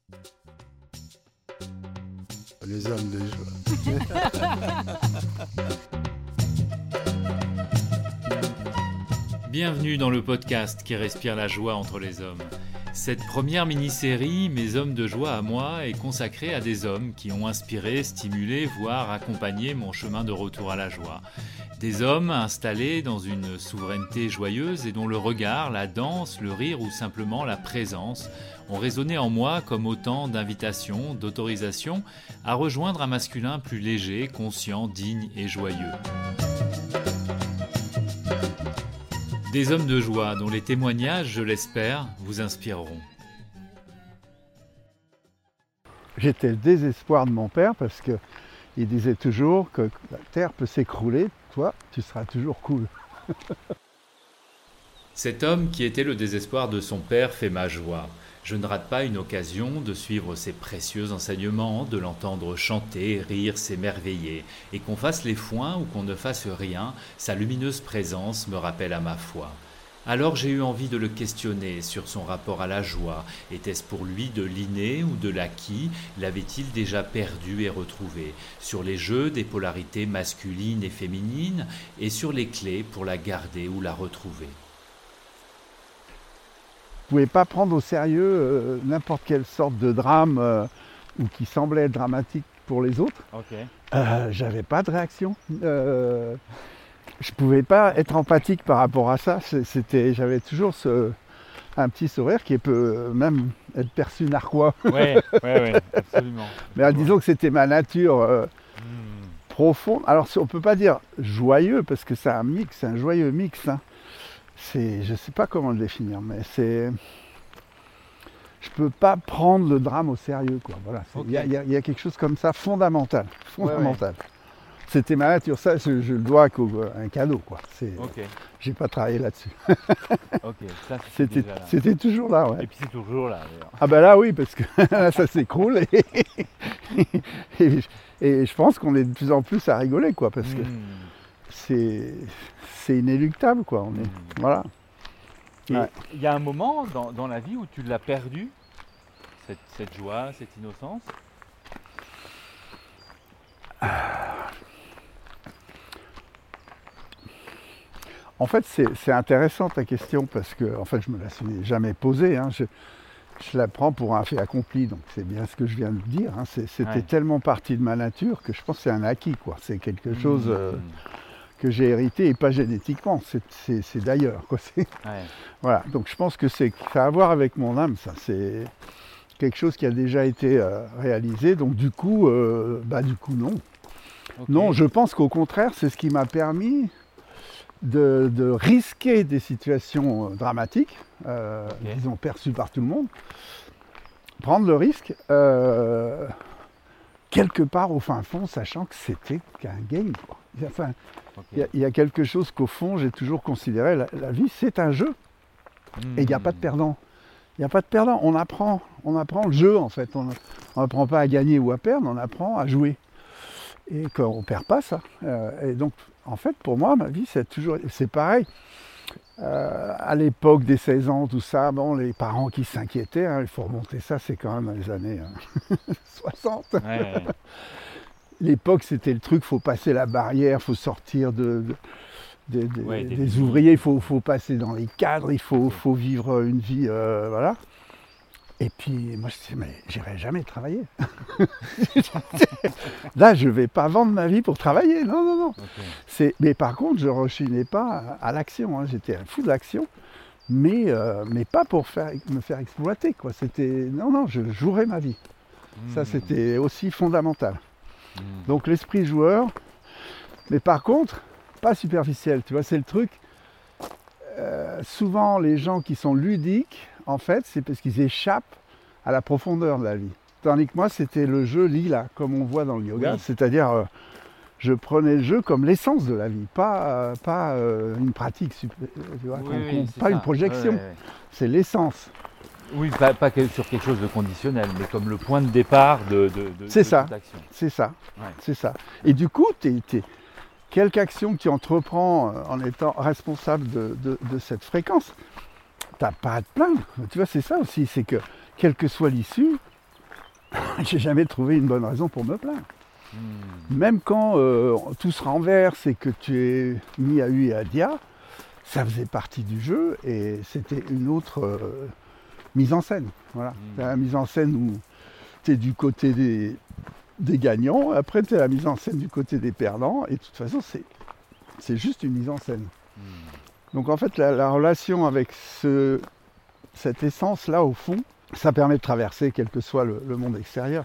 Les hommes de joie. Bienvenue dans le podcast qui respire la joie entre les hommes. Cette première mini-série, Mes hommes de joie à moi, est consacrée à des hommes qui ont inspiré, stimulé, voire accompagné mon chemin de retour à la joie. Des hommes installés dans une souveraineté joyeuse et dont le regard, la danse, le rire ou simplement la présence ont résonné en moi comme autant d'invitations, d'autorisations à rejoindre un masculin plus léger, conscient, digne et joyeux. Des hommes de joie dont les témoignages, je l'espère, vous inspireront. J'étais le désespoir de mon père parce qu'il disait toujours que la terre peut s'écrouler, toi, tu seras toujours cool. Cet homme qui était le désespoir de son père fait ma joie. Je ne rate pas une occasion de suivre ses précieux enseignements, de l'entendre chanter, rire, s'émerveiller, et qu'on fasse les foins ou qu'on ne fasse rien, sa lumineuse présence me rappelle à ma foi. Alors j'ai eu envie de le questionner sur son rapport à la joie. Était-ce pour lui de l'inné ou de l'acquis? L'avait-il déjà perdu et retrouvé? Sur les jeux des polarités masculines et féminines, et sur les clés pour la garder ou la retrouver. Je ne pouvais pas prendre au sérieux n'importe quelle sorte de drame ou qui semblait être dramatique pour les autres. Okay. J'avais pas de réaction. Je pouvais pas être empathique par rapport à ça. J'avais toujours un petit sourire qui peut même être perçu narquois. Oui, absolument. Mais disons que c'était ma nature profonde. Alors on ne peut pas dire joyeux parce que c'est un mix, un joyeux mix. Hein. Je ne sais pas comment le définir, mais je peux pas prendre le drame au sérieux, quoi. Voilà, il y a quelque chose comme ça fondamental. Ouais. C'était ma nature, ça je le dois à un cadeau, quoi. J'ai pas travaillé là-dessus. Ça, c'était toujours là, ouais. Et puis c'est toujours là, d'ailleurs. Ah ben là oui, parce que là, ça s'écroule et je pense qu'on est de plus en plus à rigoler, quoi, parce que c'est inéluctable, quoi. Voilà. Il y a un moment dans la vie où tu l'as perdu, cette joie, cette innocence. En fait, c'est intéressant ta question parce que en fait, je me la suis jamais posée. Hein. Je la prends pour un fait accompli, donc c'est bien ce que je viens de dire. Hein. C'était tellement partie de ma nature que je pense que c'est un acquis, quoi. C'est quelque chose que j'ai hérité et pas génétiquement, c'est d'ailleurs, quoi. Voilà, donc je pense que ça a à voir avec mon âme, ça. C'est quelque chose qui a déjà été réalisé, donc du coup non. Non, je pense qu'au contraire, c'est ce qui m'a permis de risquer des situations dramatiques, disons perçues par tout le monde, prendre le risque quelque part au fin fond, sachant que c'était qu'un game, quoi. Enfin, il y a quelque chose qu'au fond j'ai toujours considéré, la vie c'est un jeu et il n'y a pas de perdant. Il n'y a pas de perdant, on apprend le jeu en fait, on n'apprend pas à gagner ou à perdre, on apprend à jouer. Et qu'on ne perd pas ça. Et donc, en fait, pour moi, ma vie, c'est pareil. À l'époque des 16 ans, tout ça, bon, les parents qui s'inquiétaient, hein, il faut remonter ça, c'est quand même dans les années 60. Ouais. L'époque, c'était le truc, il faut passer la barrière, il faut sortir des ouvriers, il faut passer dans les cadres, il faut vivre une vie, voilà. Et puis, moi, je me disais, mais j'irai jamais travailler. Là, je ne vais pas vendre ma vie pour travailler. Non. Okay. Mais par contre, je ne rechignais pas à l'action. Hein. J'étais un fou de l'action, mais pas pour me faire exploiter, quoi. Non, je jouerais ma vie. Ça, c'était aussi fondamental. Donc, l'esprit joueur, mais par contre, pas superficiel. Tu vois, c'est le truc. Souvent, les gens qui sont ludiques, en fait, c'est parce qu'ils échappent à la profondeur de la vie. Tandis que moi, c'était le jeu lila, comme on voit dans le yoga, c'est-à-dire je prenais le jeu comme l'essence de la vie, pas une pratique, tu vois, pas une projection, c'est l'essence. Oui, pas sur quelque chose de conditionnel, mais comme le point de départ de c'est ça, d'action. C'est ça, c'est ça. Et du coup, quelque action que tu entreprends en étant responsable de cette fréquence, t'as pas à te plaindre. Tu vois, c'est ça aussi, c'est que quelle que soit l'issue, j'ai jamais trouvé une bonne raison pour me plaindre. Même quand tout se renverse et que tu es mis à U et à Dia, ça faisait partie du jeu et c'était une autre mise en scène. Voilà. C'est la mise en scène où tu es du côté des gagnants, après tu es la mise en scène du côté des perdants, et de toute façon c'est juste une mise en scène. Donc en fait la relation avec cette essence-là au fond, ça permet de traverser quel que soit le monde extérieur.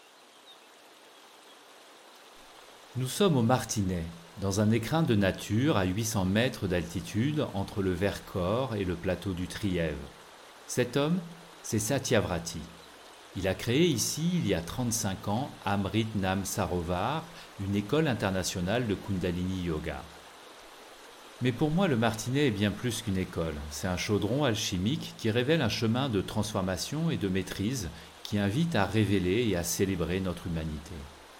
Nous sommes au Martinet, dans un écrin de nature à 800 mètres d'altitude entre le Vercors et le plateau du Trièves. Cet homme, c'est Satyavrati. Il a créé ici, il y a 35 ans, Amrit Nam Sarovar, une école internationale de Kundalini Yoga. Mais pour moi, le Martinet est bien plus qu'une école. C'est un chaudron alchimique qui révèle un chemin de transformation et de maîtrise qui invite à révéler et à célébrer notre humanité.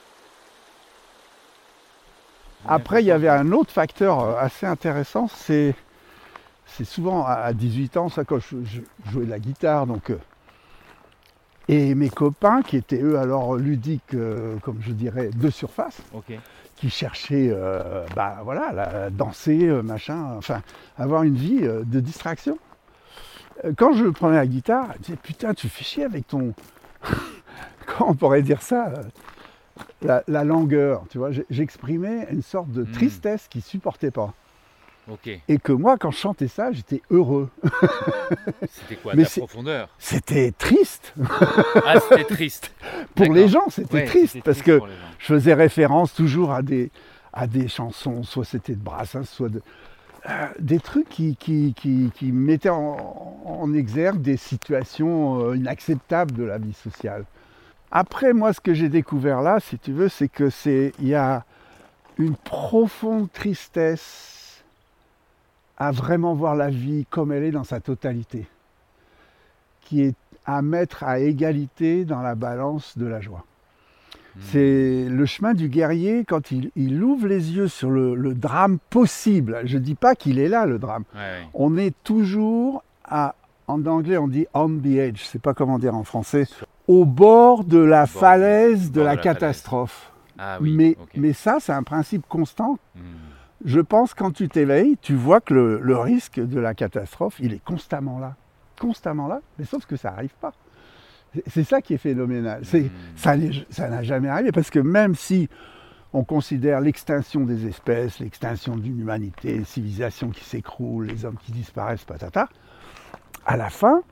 Après, il y avait un autre facteur assez intéressant, c'est souvent à 18 ans, ça, quand je jouais de la guitare, donc, et mes copains qui étaient eux alors ludiques, comme je dirais, de surface, qui cherchaient danser, machin, enfin, avoir une vie de distraction. Quand je prenais la guitare, je disais, putain, tu fais chier avec ton... Comment on pourrait dire ça la langueur, tu vois, j'exprimais une sorte de tristesse qu'ils ne supportaient pas. Et que moi, quand je chantais ça, j'étais heureux. C'était quoi, de la profondeur? C'était triste. Ah, c'était triste. Pour les gens, c'était triste, parce que je faisais référence toujours à des chansons, soit c'était de Brassens, soit des trucs qui mettaient en exergue des situations inacceptables de la vie sociale. Après, moi, ce que j'ai découvert là, si tu veux, c'est qu'il y a une profonde tristesse à vraiment voir la vie comme elle est dans sa totalité, qui est à mettre à égalité dans la balance de la joie. C'est le chemin du guerrier quand il ouvre les yeux sur le drame possible. Je ne dis pas qu'il est là, le drame. On est toujours, en anglais on dit on the edge, je ne sais pas comment dire en français, au bord de la falaise de la catastrophe. Mais ça, c'est un principe constant. Je pense quand tu t'éveilles, tu vois que le risque de la catastrophe, il est constamment là, mais sauf que ça n'arrive pas. C'est ça qui est phénoménal. Ça n'a jamais arrivé, parce que même si on considère l'extinction des espèces, l'extinction d'une humanité, les civilisations qui s'écroulent, les hommes qui disparaissent, patata, à la fin,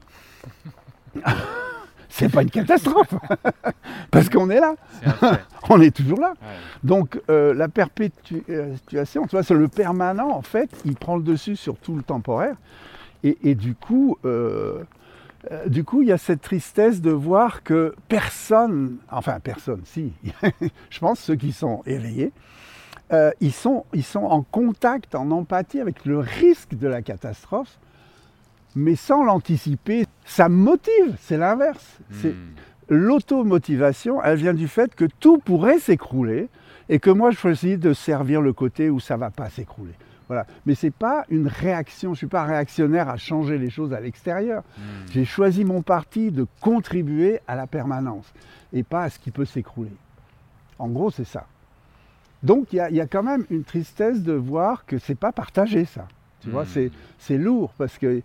c'est pas une catastrophe, parce qu'on est là, on est toujours là. Donc la perpétuation, tu vois, c'est le permanent, en fait, il prend le dessus sur tout le temporaire, et du coup, il y a cette tristesse de voir que personne, si, je pense ceux qui sont éveillés, ils sont en contact, en empathie avec le risque de la catastrophe, mais sans l'anticiper. Ça me motive, c'est l'inverse. L'automotivation, elle vient du fait que tout pourrait s'écrouler et que moi je choisis de servir le côté où ça ne va pas s'écrouler. Voilà. Mais ce n'est pas une réaction, je ne suis pas réactionnaire à changer les choses à l'extérieur. J'ai choisi mon parti de contribuer à la permanence et pas à ce qui peut s'écrouler. En gros, c'est ça. Donc il y a quand même une tristesse de voir que ce n'est pas partagé, ça. Tu vois, c'est lourd parce que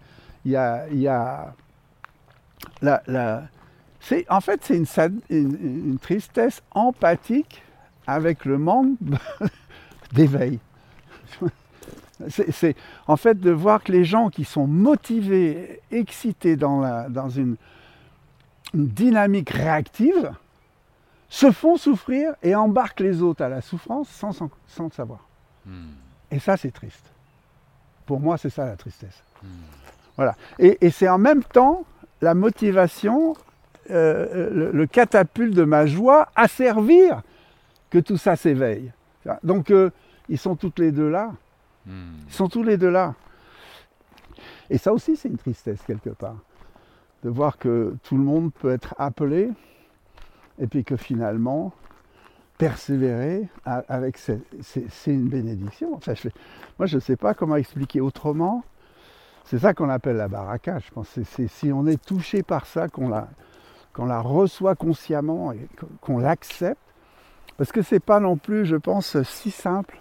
en fait, c'est une tristesse empathique avec le manque d'éveil. C'est en fait de voir que les gens qui sont motivés, excités dans une dynamique réactive, se font souffrir et embarquent les autres à la souffrance sans le savoir. Et ça, c'est triste. Pour moi, c'est ça la tristesse. Voilà. Et c'est en même temps la motivation, le catapulte de ma joie à servir que tout ça s'éveille. Donc, ils sont toutes les deux là. Ils sont tous les deux là. Et ça aussi, c'est une tristesse quelque part. De voir que tout le monde peut être appelé et puis que finalement, persévérer avec c'est une bénédiction. Enfin, moi, je ne sais pas comment expliquer autrement. C'est ça qu'on appelle la baraka, je pense. C'est si on est touché par ça, qu'on qu'on la reçoit consciemment et qu'on l'accepte, parce que c'est pas non plus, je pense, si simple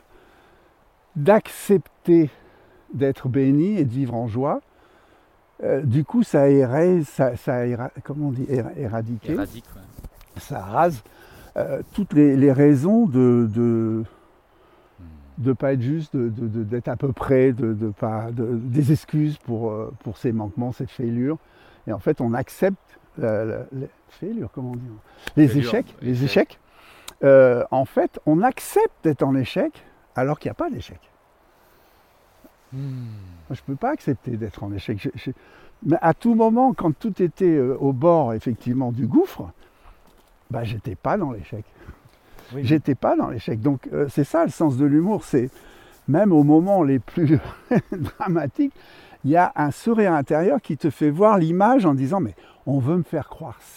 d'accepter d'être béni et de vivre en joie. Du coup, ça comment on dit, éradiquer. Éradique, ouais. Ça rase toutes les raisons de pas être juste, d'être à peu près, des excuses pour ces manquements, cette fêlure. Et en fait, on accepte fêlure, comment on dit, les échecs. En fait, on accepte d'être en échec alors qu'il n'y a pas d'échec. Moi, je ne peux pas accepter d'être en échec. Mais à tout moment, quand tout était au bord, effectivement, du gouffre, j'étais pas dans l'échec. Oui. J'étais pas dans l'échec. Donc, c'est ça le sens de l'humour. C'est même aux moments les plus dramatiques, il y a un sourire intérieur qui te fait voir l'image en disant « mais on veut me faire croire ça ».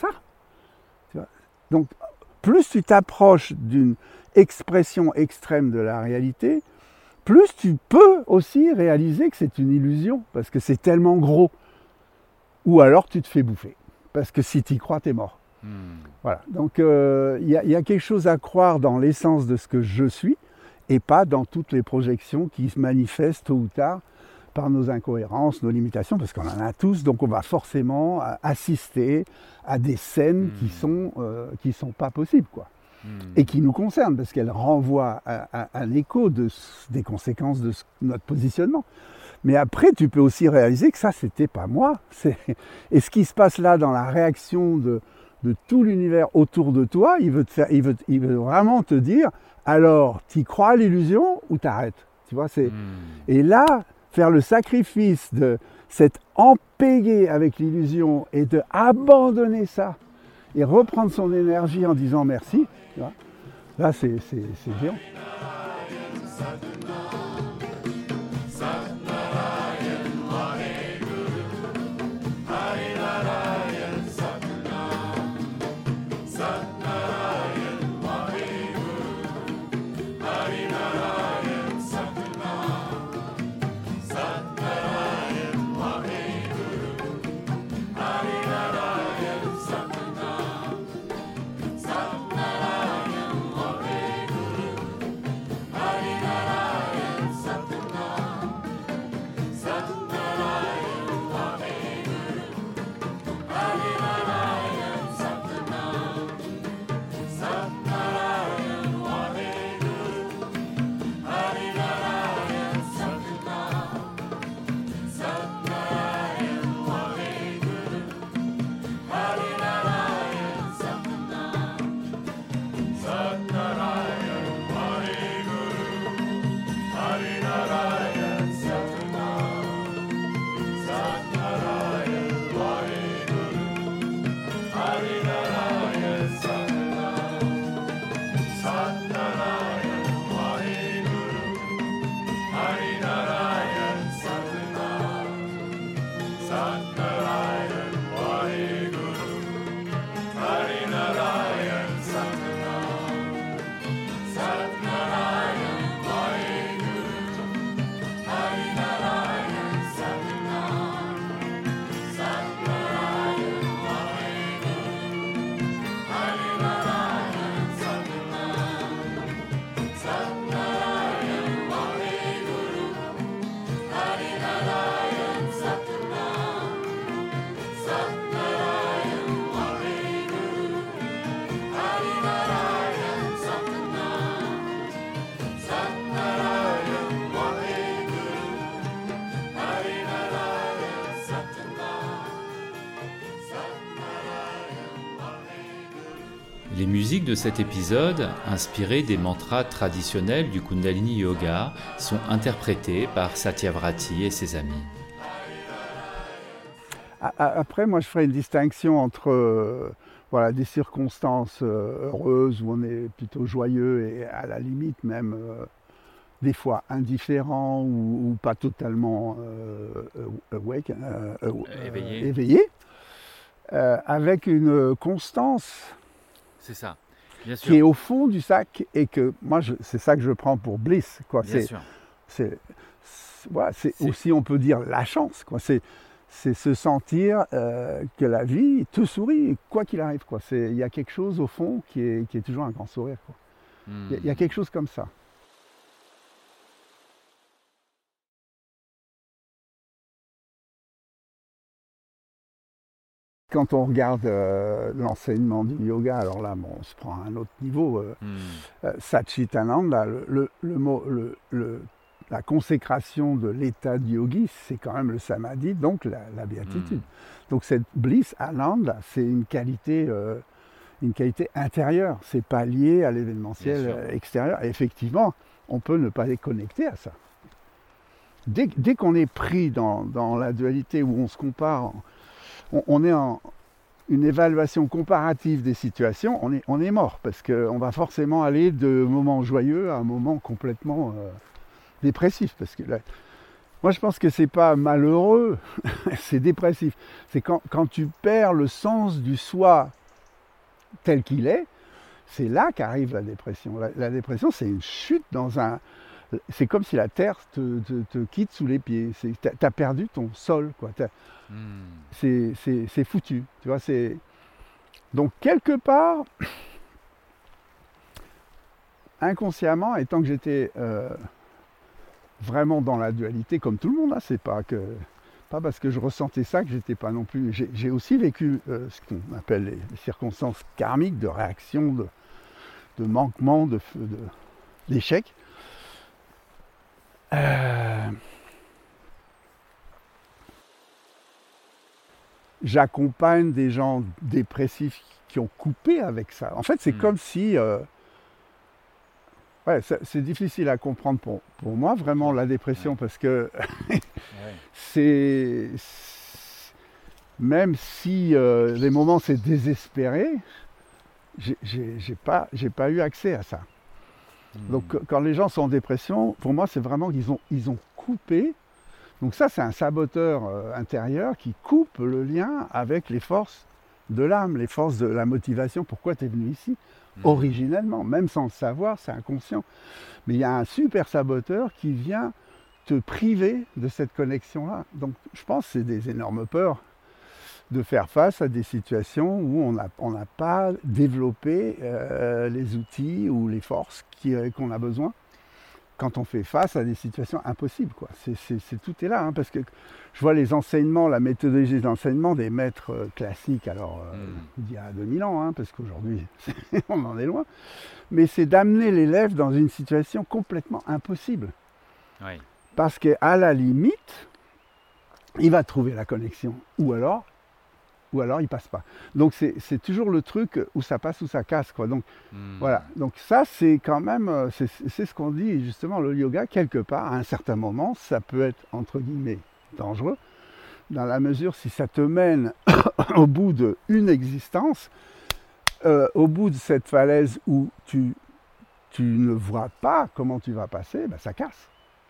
Donc, plus tu t'approches d'une expression extrême de la réalité, plus tu peux aussi réaliser que c'est une illusion, parce que c'est tellement gros. Ou alors tu te fais bouffer, parce que si tu y crois, tu es mort. Voilà. Donc il y a quelque chose à croire dans l'essence de ce que je suis, et pas dans toutes les projections qui se manifestent tôt ou tard par nos incohérences, nos limitations, parce qu'on en a tous, donc on va forcément assister à des scènes qui sont pas possibles, quoi. Et qui nous concernent, parce qu'elles renvoient à un écho des conséquences de notre positionnement. Mais après, tu peux aussi réaliser que ça, c'était pas moi. Et ce qui se passe là dans la réaction de tout l'univers autour de toi, il veut vraiment te dire, alors, tu crois à l'illusion ou t'arrêtes, tu vois, Et là, faire le sacrifice de s'être empayé avec l'illusion et de abandonner ça et reprendre son énergie en disant merci, tu vois, là, c'est géant. Les musiques de cet épisode, inspirées des mantras traditionnels du Kundalini Yoga, sont interprétées par Satyavrati et ses amis. Après, moi, je ferai une distinction entre des circonstances heureuses où on est plutôt joyeux et à la limite même des fois indifférent ou pas totalement awake, éveillé, avec une constance. C'est ça, bien sûr. Qui est au fond du sac et que moi, c'est ça que je prends pour bliss, quoi. Bien sûr. C'est aussi, on peut dire, la chance, quoi. c'est se sentir que la vie te sourit, quoi qu'il arrive, quoi. Il y a quelque chose au fond qui est toujours un grand sourire, quoi. Il y a quelque chose comme ça. Quand on regarde l'enseignement du yoga, alors là, bon, on se prend à un autre niveau. Satchitananda, la consécration de l'état de yogi, c'est quand même le samadhi, donc la béatitude. Donc cette bliss, ananda, c'est une qualité intérieure. C'est pas lié à l'événementiel extérieur. Et effectivement, on peut ne pas les connecter à ça. Dès qu'on est pris dans la dualité où on se compare, on est en une évaluation comparative des situations, on est mort, parce qu'on va forcément aller de moments joyeux à un moment complètement dépressif. Parce que là, moi je pense que c'est pas malheureux, c'est dépressif. C'est quand tu perds le sens du soi tel qu'il est, c'est là qu'arrive la dépression. La dépression, c'est une chute dans un... C'est comme si la terre te quitte sous les pieds. Tu as perdu ton sol, quoi. C'est foutu. Tu vois, donc, quelque part, inconsciemment, et tant que j'étais vraiment dans la dualité, comme tout le monde, hein, c'est pas parce que je ressentais ça que j'étais pas non plus... J'ai aussi vécu ce qu'on appelle les circonstances karmiques, de réaction, de manquement, d'échec. J'accompagne des gens dépressifs qui ont coupé avec ça. En fait, c'est comme si... c'est difficile à comprendre pour moi, vraiment, la dépression, parce que c'est... Même si les moments c'est désespéré, j'ai pas eu accès à ça. Donc quand les gens sont en dépression, pour moi c'est vraiment qu'ils ont coupé. Donc ça c'est un saboteur intérieur qui coupe le lien avec les forces de l'âme, les forces de la motivation. Pourquoi tu es venu ici originellement, même sans le savoir, c'est inconscient. Mais il y a un super saboteur qui vient te priver de cette connexion-là. Donc je pense que c'est des énormes peurs de faire face à des situations où on n'a pas développé les outils ou les forces qu'on a besoin quand on fait face à des situations impossibles, quoi. Tout est là, hein, parce que je vois les enseignements, la méthodologie d'enseignement des maîtres classiques, alors il y a 2000 ans, hein, parce qu'aujourd'hui on en est loin, mais c'est d'amener l'élève dans une situation complètement impossible. Oui. Parce qu'à la limite, il va trouver la connexion, ou alors il passe pas. Donc c'est toujours le truc où ça passe ou ça casse, quoi. Donc voilà. Donc ça c'est quand même, c'est ce qu'on dit justement, le yoga quelque part à un certain moment, ça peut être entre guillemets dangereux, dans la mesure si ça te mène au bout d'une existence, au bout de cette falaise où tu ne vois pas comment tu vas passer, ben ça casse.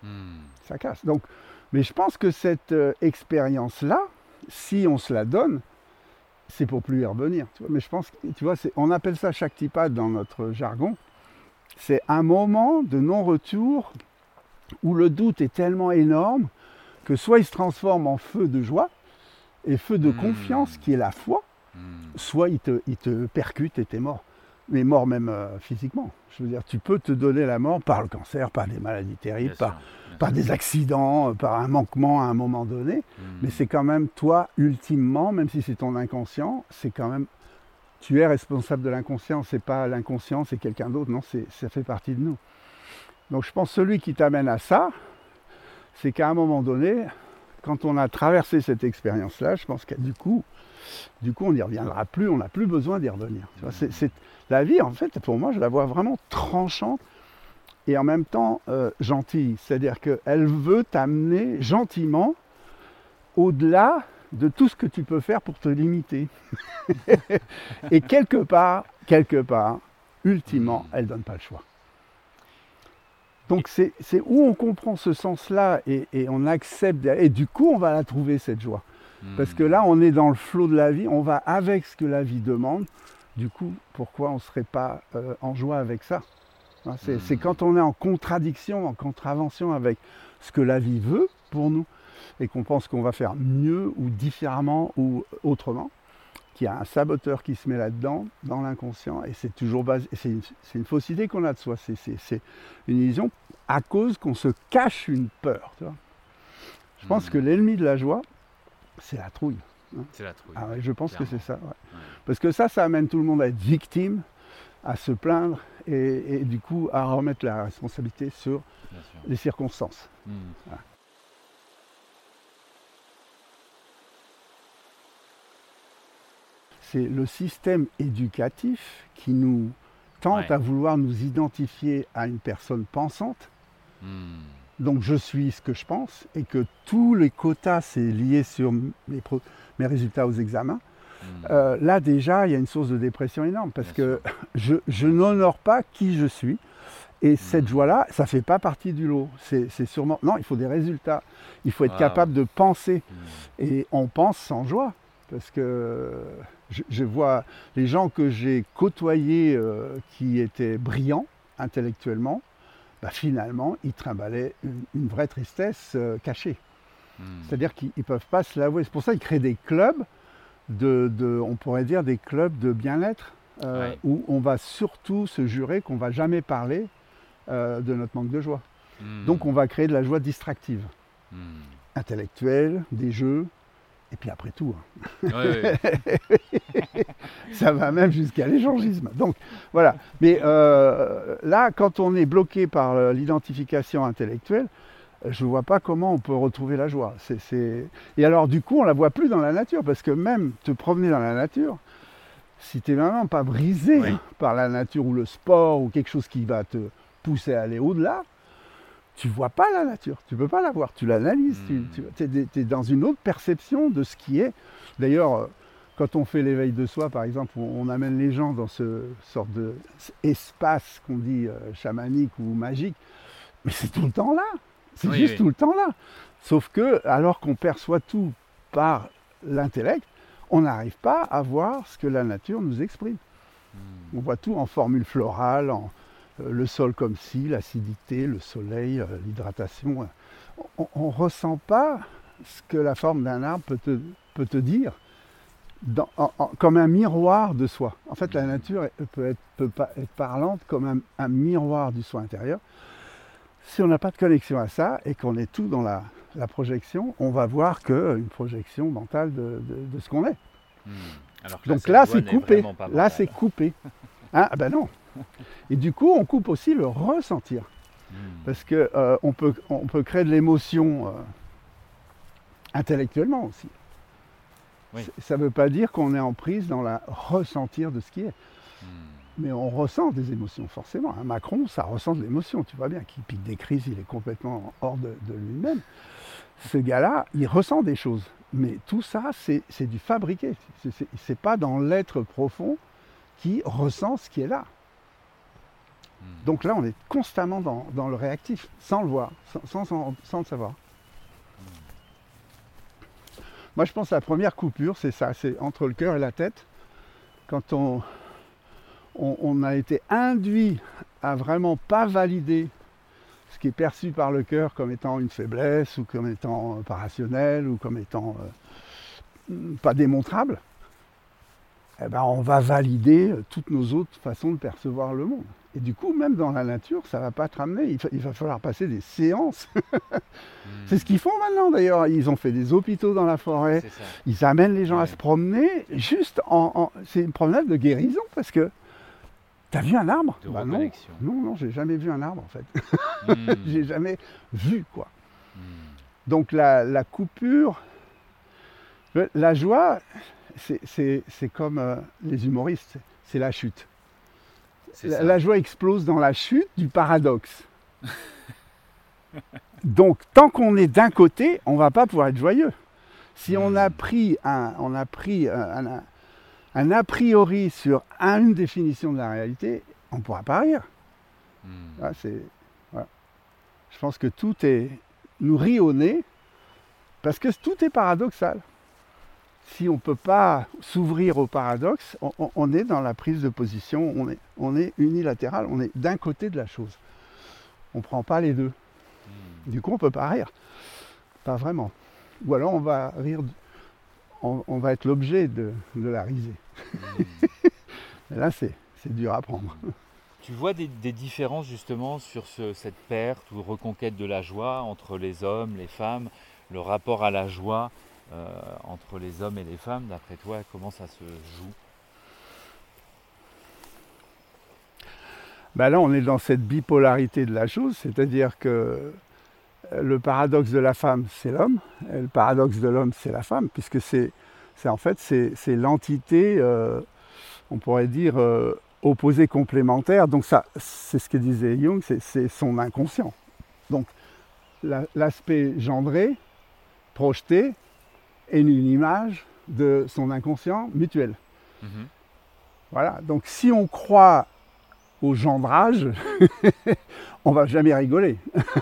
Ça casse. Donc, mais je pense que cette expérience-là, si on se la donne, c'est pour plus y revenir. Tu vois. Mais je pense que, tu vois, on appelle ça Shaktipat dans notre jargon. C'est un moment de non-retour où le doute est tellement énorme que soit il se transforme en feu de joie et feu de confiance qui est la foi, soit il te percute et t'es mort. Mais mort même physiquement. Je veux dire, tu peux te donner la mort par le cancer, par des maladies terribles, par des accidents, par un manquement à un moment donné. Mais c'est quand même toi, ultimement, même si c'est ton inconscient, c'est quand même... Tu es responsable de l'inconscient, c'est pas l'inconscient, c'est quelqu'un d'autre. Non, ça fait partie de nous. Donc je pense que celui qui t'amène à ça, c'est qu'à un moment donné, quand on a traversé cette expérience-là, je pense que du coup, on n'y reviendra plus, on n'a plus besoin d'y revenir. Tu vois, la vie, en fait, pour moi, je la vois vraiment tranchante et en même temps gentille. C'est-à-dire qu'elle veut t'amener gentiment au-delà de tout ce que tu peux faire pour te limiter. Et quelque part, ultimement, elle ne donne pas le choix. Donc c'est où on comprend ce sens-là et on accepte, et du coup on va la trouver cette joie. Parce que là on est dans le flot de la vie, on va avec ce que la vie demande, du coup pourquoi on ne serait pas en joie avec ça? C'est quand on est en contradiction, en contravention avec ce que la vie veut pour nous, et qu'on pense qu'on va faire mieux ou différemment ou autrement, qu'il y a un saboteur qui se met là-dedans, dans l'inconscient, et c'est toujours basé, c'est une fausse idée qu'on a de soi, c'est une illusion à cause qu'on se cache une peur. Tu vois. Je pense que l'ennemi de la joie, c'est la trouille. Hein. C'est la trouille. Ah ouais, je pense clairement. que c'est ça. Ouais. Parce que ça amène tout le monde à être victime, à se plaindre, et du coup à remettre la responsabilité sur les circonstances. Voilà. C'est le système éducatif qui nous tente à vouloir nous identifier à une personne pensante. Donc je suis ce que je pense et que tous les quotas, c'est lié sur mes résultats aux examens. Là déjà, il y a une source de dépression énorme parce que je n'honore pas qui je suis. Et cette joie-là, ça ne fait pas partie du lot. C'est sûrement... Non, il faut des résultats. Il faut être capable de penser. Et on pense sans joie. Parce que je vois les gens que j'ai côtoyés qui étaient brillants intellectuellement, bah finalement, ils trimballaient une vraie tristesse cachée. C'est-à-dire qu'ils ne peuvent pas se l'avouer. C'est pour ça qu'ils créent des clubs, on pourrait dire des clubs de bien-être, où on va surtout se jurer qu'on ne va jamais parler de notre manque de joie. Donc on va créer de la joie distractive, intellectuelle, des jeux, et puis après tout. Ça va même jusqu'à l'échangisme. Donc voilà. Mais là, quand on est bloqué par l'identification intellectuelle, je ne vois pas comment on peut retrouver la joie. Et alors du coup, on ne la voit plus dans la nature, parce que même te promener dans la nature, si tu n'es vraiment pas brisé par la nature ou le sport ou quelque chose qui va te pousser à aller au-delà, tu ne vois pas la nature, tu ne peux pas la voir, tu l'analyses, tu es dans une autre perception de ce qui est. D'ailleurs, quand on fait l'éveil de soi, par exemple, on amène les gens dans ce sorte d'espace qu'on dit chamanique ou magique, mais c'est tout le temps là, c'est juste tout le temps là. Sauf que, alors qu'on perçoit tout par l'intellect, on n'arrive pas à voir ce que la nature nous exprime. On voit tout en formule florale, le sol comme ci, l'acidité, le soleil, l'hydratation. On ne ressent pas ce que la forme d'un arbre peut te dire comme un miroir de soi. En fait, la nature peut être parlante comme un miroir du soi intérieur. Si on n'a pas de connexion à ça et qu'on est tout dans la projection, on va voir qu'une projection mentale de ce qu'on est. Alors que donc là, c'est coupé. Là, c'est coupé. Ah ben non. Et du coup, on coupe aussi le ressentir. Parce qu'on peut créer de l'émotion intellectuellement aussi. Ça ne veut pas dire qu'on est en prise dans la ressentir de ce qui est. Mais on ressent des émotions, forcément. Un Macron, ça ressent de l'émotion. Tu vois bien qu'il pique des crises, il est complètement hors de lui-même. Ce gars-là, il ressent des choses. Mais tout ça, c'est du fabriqué. C'est pas dans l'être profond qui ressent ce qui est là. Donc là, on est constamment dans le réactif, sans le voir, sans le savoir. Moi, je pense que la première coupure, c'est ça, c'est entre le cœur et la tête. Quand on a été induit à vraiment pas valider ce qui est perçu par le cœur comme étant une faiblesse, ou comme étant pas rationnel, ou comme étant pas démontrable, eh ben, on va valider toutes nos autres façons de percevoir le monde. Et du coup, même dans la nature, ça ne va pas te ramener. Il va falloir passer des séances. C'est ce qu'ils font maintenant d'ailleurs. Ils ont fait des hôpitaux dans la forêt. Ils amènent les gens à se promener. Juste c'est une promenade de guérison parce que t'as vu un arbre ? Non, j'ai jamais vu un arbre en fait. J'ai jamais vu quoi. Donc la coupure, la joie, c'est comme les humoristes, c'est la chute. La joie explose dans la chute du paradoxe. Donc, tant qu'on est d'un côté, on ne va pas pouvoir être joyeux. Si on a pris un a priori sur une définition de la réalité, on ne pourra pas rire. Là, voilà. Je pense que tout nous rit au nez parce que tout est paradoxal. Si on ne peut pas s'ouvrir au paradoxe, on est dans la prise de position, on est unilatéral, on est d'un côté de la chose. On ne prend pas les deux. Du coup, on ne peut pas rire. Pas vraiment. Ou alors on va rire, on va être l'objet de la risée. Et là, c'est dur à prendre. Tu vois des différences justement sur cette perte ou reconquête de la joie entre les hommes, les femmes, le rapport à la joie entre les hommes et les femmes, d'après toi, comment ça se joue? Ben là, on est dans cette bipolarité de la chose, c'est-à-dire que le paradoxe de la femme, c'est l'homme, et le paradoxe de l'homme, c'est la femme, puisque c'est l'entité, on pourrait dire, opposée complémentaire. Donc ça, c'est ce que disait Jung, c'est son inconscient. Donc l'aspect gendré, projeté, est une image de son inconscient mutuel. Voilà, donc si on croit au gendrage, on va jamais rigoler.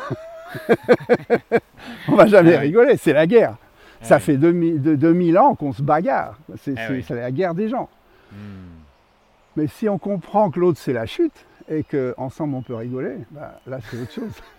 On va jamais rigoler, c'est la guerre. Ça fait 2000 ans qu'on se bagarre. C'est la guerre des gens. Mais si on comprend que l'autre c'est la chute et qu'ensemble on peut rigoler, bah, là c'est autre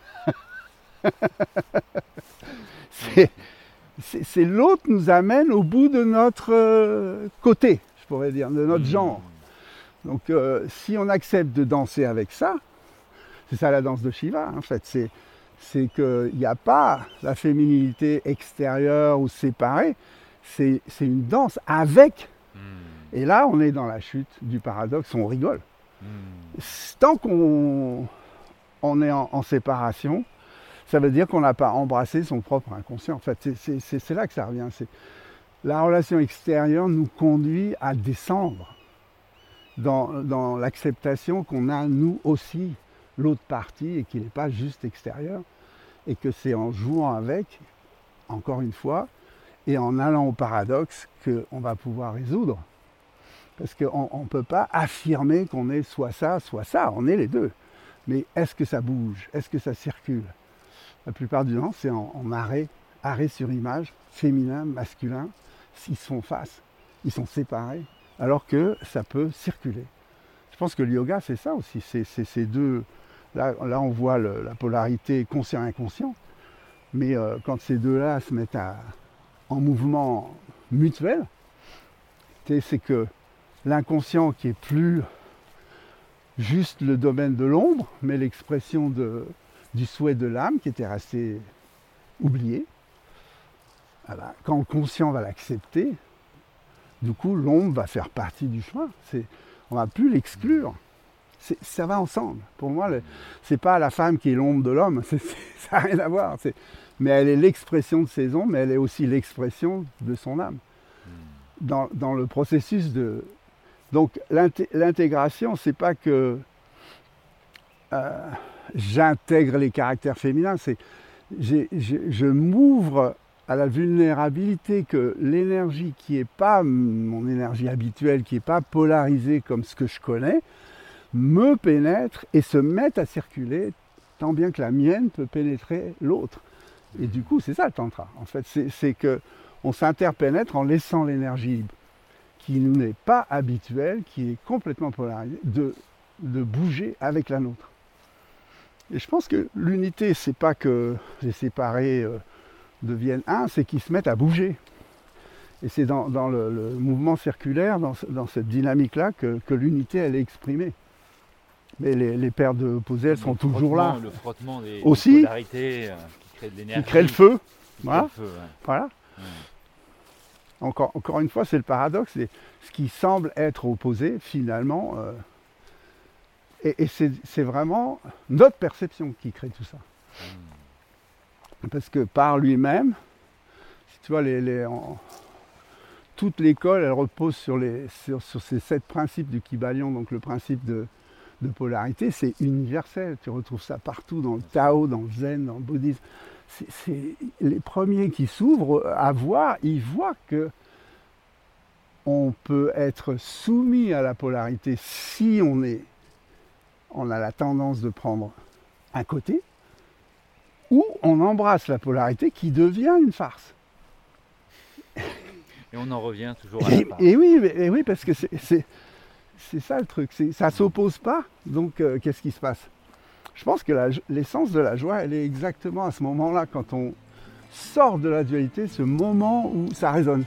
chose. C'est l'autre nous amène au bout de notre côté, je pourrais dire, de notre genre. Donc si on accepte de danser avec ça, c'est ça la danse de Shiva en fait, c'est qu'il n'y a pas la féminité extérieure ou séparée, c'est une danse avec. Et là on est dans la chute du paradoxe, on rigole. Tant qu'on est en séparation, ça veut dire qu'on n'a pas embrassé son propre inconscient. En fait, c'est là que ça revient. La relation extérieure nous conduit à descendre dans l'acceptation qu'on a nous aussi l'autre partie et qu'il n'est pas juste extérieur et que c'est en jouant avec, encore une fois, et en allant au paradoxe qu'on va pouvoir résoudre. Parce qu'on ne peut pas affirmer qu'on est soit ça, on est les deux. Mais est-ce que ça bouge? Est-ce que ça circule? La plupart du temps, c'est en arrêt sur image, féminin, masculin, ils se font face, ils sont séparés, alors que ça peut circuler. Je pense que le yoga, c'est ça aussi, c'est ces deux. Là, on voit la polarité conscient-inconscient, mais quand ces deux-là se mettent en mouvement mutuel, c'est que l'inconscient qui est plus juste le domaine de l'ombre, mais l'expression du souhait de l'âme qui était resté oublié, voilà. Quand le conscient va l'accepter, du coup l'ombre va faire partie du chemin. On ne va plus l'exclure. Ça va ensemble. Pour moi, c'est pas la femme qui est l'ombre de l'homme, ça n'a rien à voir. Mais elle est l'expression de ses ombres, mais elle est aussi l'expression de son âme. Dans le processus de... Donc l'intégration, c'est pas que j'intègre les caractères féminins, je m'ouvre à la vulnérabilité que l'énergie qui n'est pas mon énergie habituelle, qui n'est pas polarisée comme ce que je connais, me pénètre et se met à circuler tant bien que la mienne peut pénétrer l'autre. Et du coup, c'est ça le tantra. En fait, c'est qu'on s'interpénètre en laissant l'énergie qui nous n'est pas habituelle, qui est complètement polarisée, de bouger avec la nôtre. Et je pense que l'unité, c'est pas que les séparés deviennent un, c'est qu'ils se mettent à bouger. Et c'est dans le mouvement circulaire, dans cette dynamique-là, que l'unité, elle est exprimée. Mais les paires d'opposés, elles sont toujours là. Le frottement des aussi, polarités qui crée de l'énergie. Qui crée le feu. Voilà. Voilà. Encore une fois, c'est le paradoxe. Ce qui semble être opposé, finalement, et c'est vraiment notre perception qui crée tout ça. Parce que par lui-même, si tu vois, toute l'école, elle repose sur ces 7 principes du Kybalion, donc le principe de polarité, c'est universel. Tu retrouves ça partout, dans le Tao, dans le Zen, dans le bouddhisme. C'est les premiers qui s'ouvrent à voir, ils voient que on peut être soumis à la polarité si on a la tendance de prendre un côté, ou on embrasse la polarité qui devient une farce. Et on en revient toujours à la farce. Et oui, parce que c'est ça le truc, ça ne s'oppose pas, donc qu'est-ce qui se passe? Je pense que l'essence de la joie, elle est exactement à ce moment-là, quand on sort de la dualité, ce moment où ça résonne.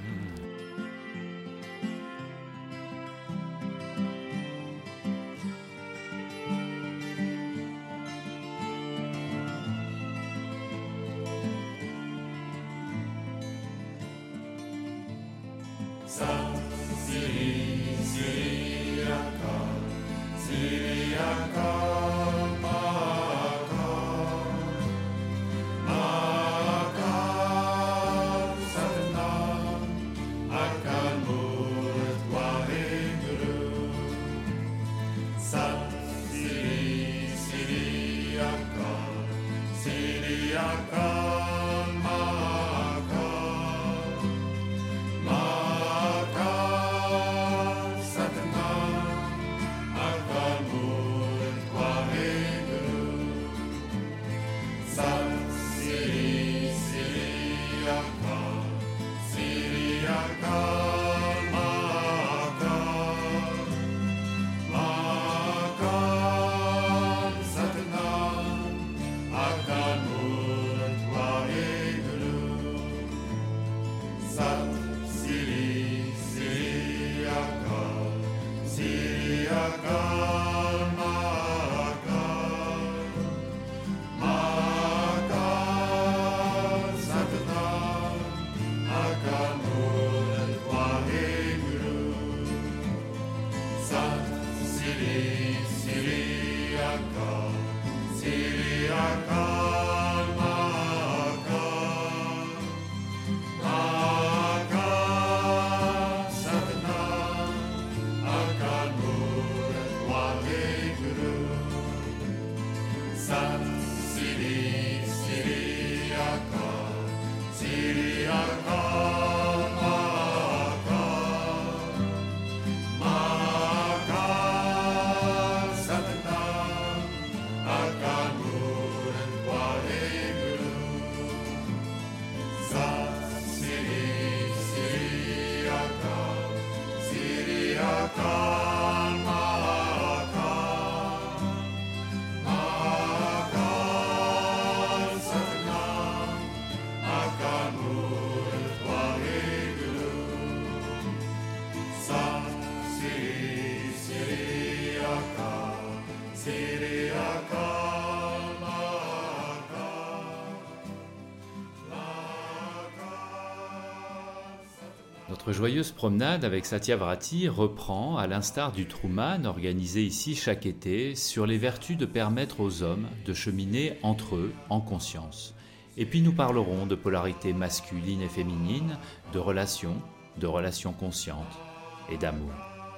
Notre joyeuse promenade avec Satyavrati reprend, à l'instar du Truman organisé ici chaque été, sur les vertus de permettre aux hommes de cheminer entre eux en conscience. Et puis nous parlerons de polarité masculine et féminine, de relations conscientes et d'amour.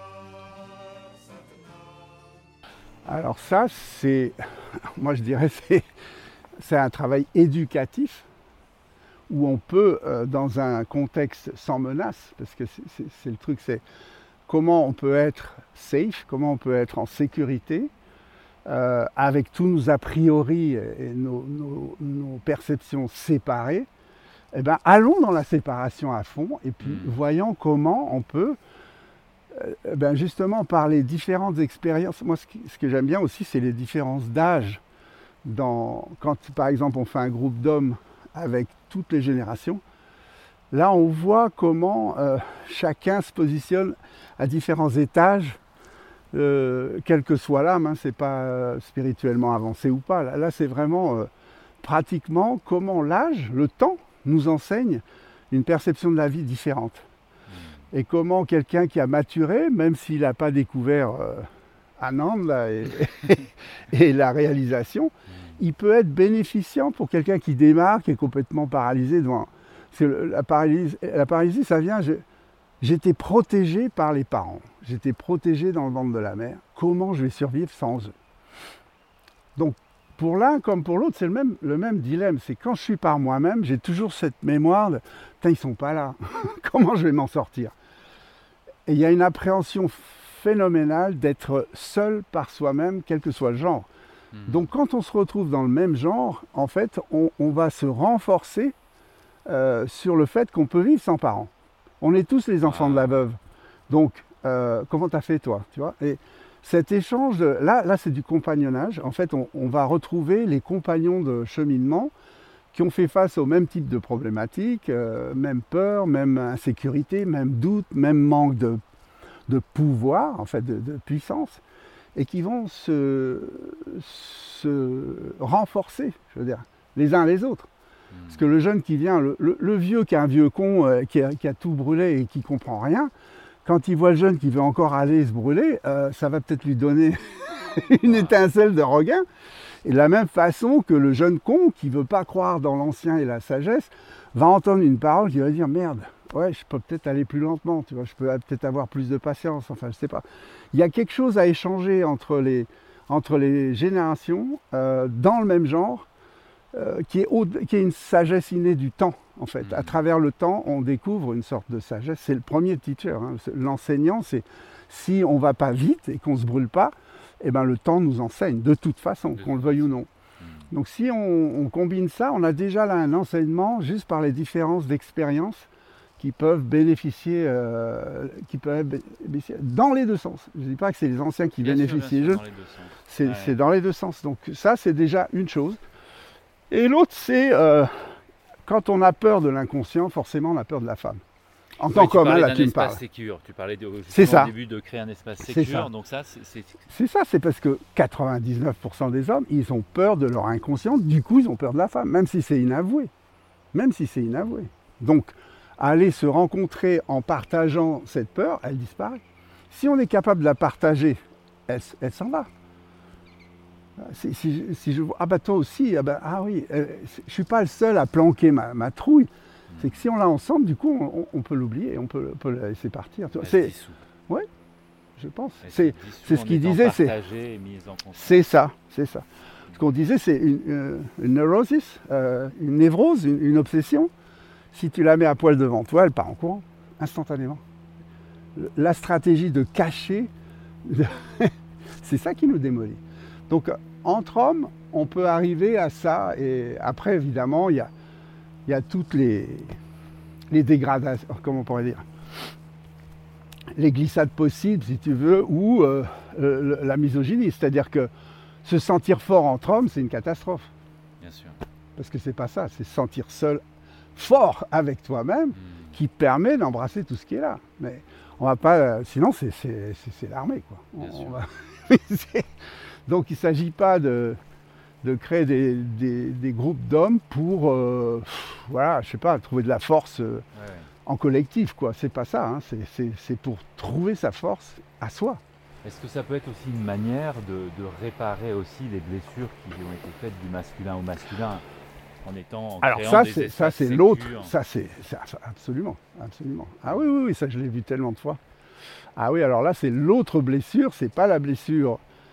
Alors ça, moi je dirais, c'est un travail éducatif où on peut, dans un contexte sans menace, parce que c'est le truc, c'est comment on peut être safe, comment on peut être en sécurité, avec tous nos a priori et nos perceptions séparées, eh bien, allons dans la séparation à fond, et puis voyons comment on peut, justement, par les différentes expériences. Moi, ce que j'aime bien aussi, c'est les différences d'âge. Quand, par exemple, on fait un groupe d'hommes avec toutes les générations, là on voit comment chacun se positionne à différents étages, quelle que soit l'âme, hein, c'est pas spirituellement avancé ou pas, là c'est vraiment pratiquement comment l'âge, le temps nous enseigne une perception de la vie différente. Et comment quelqu'un qui a maturé, même s'il n'a pas découvert Ananda et la réalisation, il peut être bénéficiant pour quelqu'un qui démarre, qui est complètement paralysé devant. Parce que la paralysie, ça vient, j'étais protégé par les parents, j'étais protégé dans le ventre de la mère, comment je vais survivre sans eux? Donc, pour l'un comme pour l'autre, c'est le même dilemme, c'est quand je suis par moi-même, j'ai toujours cette mémoire de « putain, ils sont pas là, comment je vais m'en sortir ?» Et il y a une appréhension phénoménale d'être seul par soi-même, quel que soit le genre. Donc quand on se retrouve dans le même genre, en fait, on va se renforcer sur le fait qu'on peut vivre sans parents. On est tous les enfants de la veuve. Donc, comment t'as fait toi, tu vois? Et cet échange, là c'est du compagnonnage. En fait, on va retrouver les compagnons de cheminement qui ont fait face au même type de problématiques, même peur, même insécurité, même doute, même manque de pouvoir, en fait, de puissance, et qui vont se renforcer, je veux dire, les uns les autres. Parce que le jeune qui vient, le vieux qui est un vieux con, qui a tout brûlé et qui ne comprend rien, quand il voit le jeune qui veut encore aller se brûler, ça va peut-être lui donner une étincelle de regain. Et de la même façon que le jeune con qui ne veut pas croire dans l'ancien et la sagesse, va entendre une parole qui va dire « Merde, ouais, je peux peut-être aller plus lentement, tu vois, je peux peut-être avoir plus de patience, enfin, je sais pas. » Il y a quelque chose à échanger entre les générations, dans le même genre, qui est une sagesse innée du temps, en fait. À travers le temps, on découvre une sorte de sagesse. C'est le premier teacher, hein. L'enseignant, c'est si on ne va pas vite et qu'on ne se brûle pas, eh ben, le temps nous enseigne, de toute façon, qu'on le veuille ou non. Donc si on combine ça, on a déjà là un enseignement juste par les différences d'expérience qui peuvent bénéficier, dans les deux sens. Je ne dis pas que c'est les anciens qui bénéficient des jeunes, c'est dans les deux sens. Donc ça, c'est déjà une chose. Et l'autre, c'est quand on a peur de l'inconscient, forcément, on a peur de la femme. En tant qu'homme, là, tu me parles. Tu parlais au début de créer un espace sécure, donc ça, c'est... C'est ça, c'est parce que 99% des hommes, ils ont peur de leur inconscient, du coup, ils ont peur de la femme, même si c'est inavoué. Donc, aller se rencontrer en partageant cette peur, elle disparaît. Si on est capable de la partager, elle s'en va. Si je vois, ah bah toi aussi, ah oui, je ne suis pas le seul à planquer ma trouille. C'est que si on l'a ensemble, du coup, on peut l'oublier, on peut la laisser partir. Oui, je pense. C'est ce qu'il disait. C'est ça. Ce qu'on disait, c'est une neurosis, une névrose, une obsession. Si tu la mets à poil devant toi, elle part en courant, instantanément. La stratégie de cacher, c'est ça qui nous démolit. Donc, entre hommes, on peut arriver à ça. Et après, évidemment, il y a toutes les dégradations, comment on pourrait dire, les glissades possibles, si tu veux, ou la misogynie. C'est-à-dire que se sentir fort entre hommes, c'est une catastrophe. Bien sûr. Parce que c'est pas ça, c'est se sentir seul, fort avec toi-même, qui permet d'embrasser tout ce qui est là. Mais on va pas, sinon c'est l'armée, quoi. Donc il ne s'agit pas de créer des groupes d'hommes pour, voilà, je sais pas, trouver de la force en collectif, quoi. C'est pas ça, hein. C'est pour trouver sa force à soi. Est-ce que ça peut être aussi une manière de réparer aussi les blessures qui ont été faites du masculin au masculin en étant alors créant ça c'est l'autre, ça c'est absolument. Ah oui, ça je l'ai vu tellement de fois. Ah oui, alors là c'est l'autre blessure, c'est pas la blessure.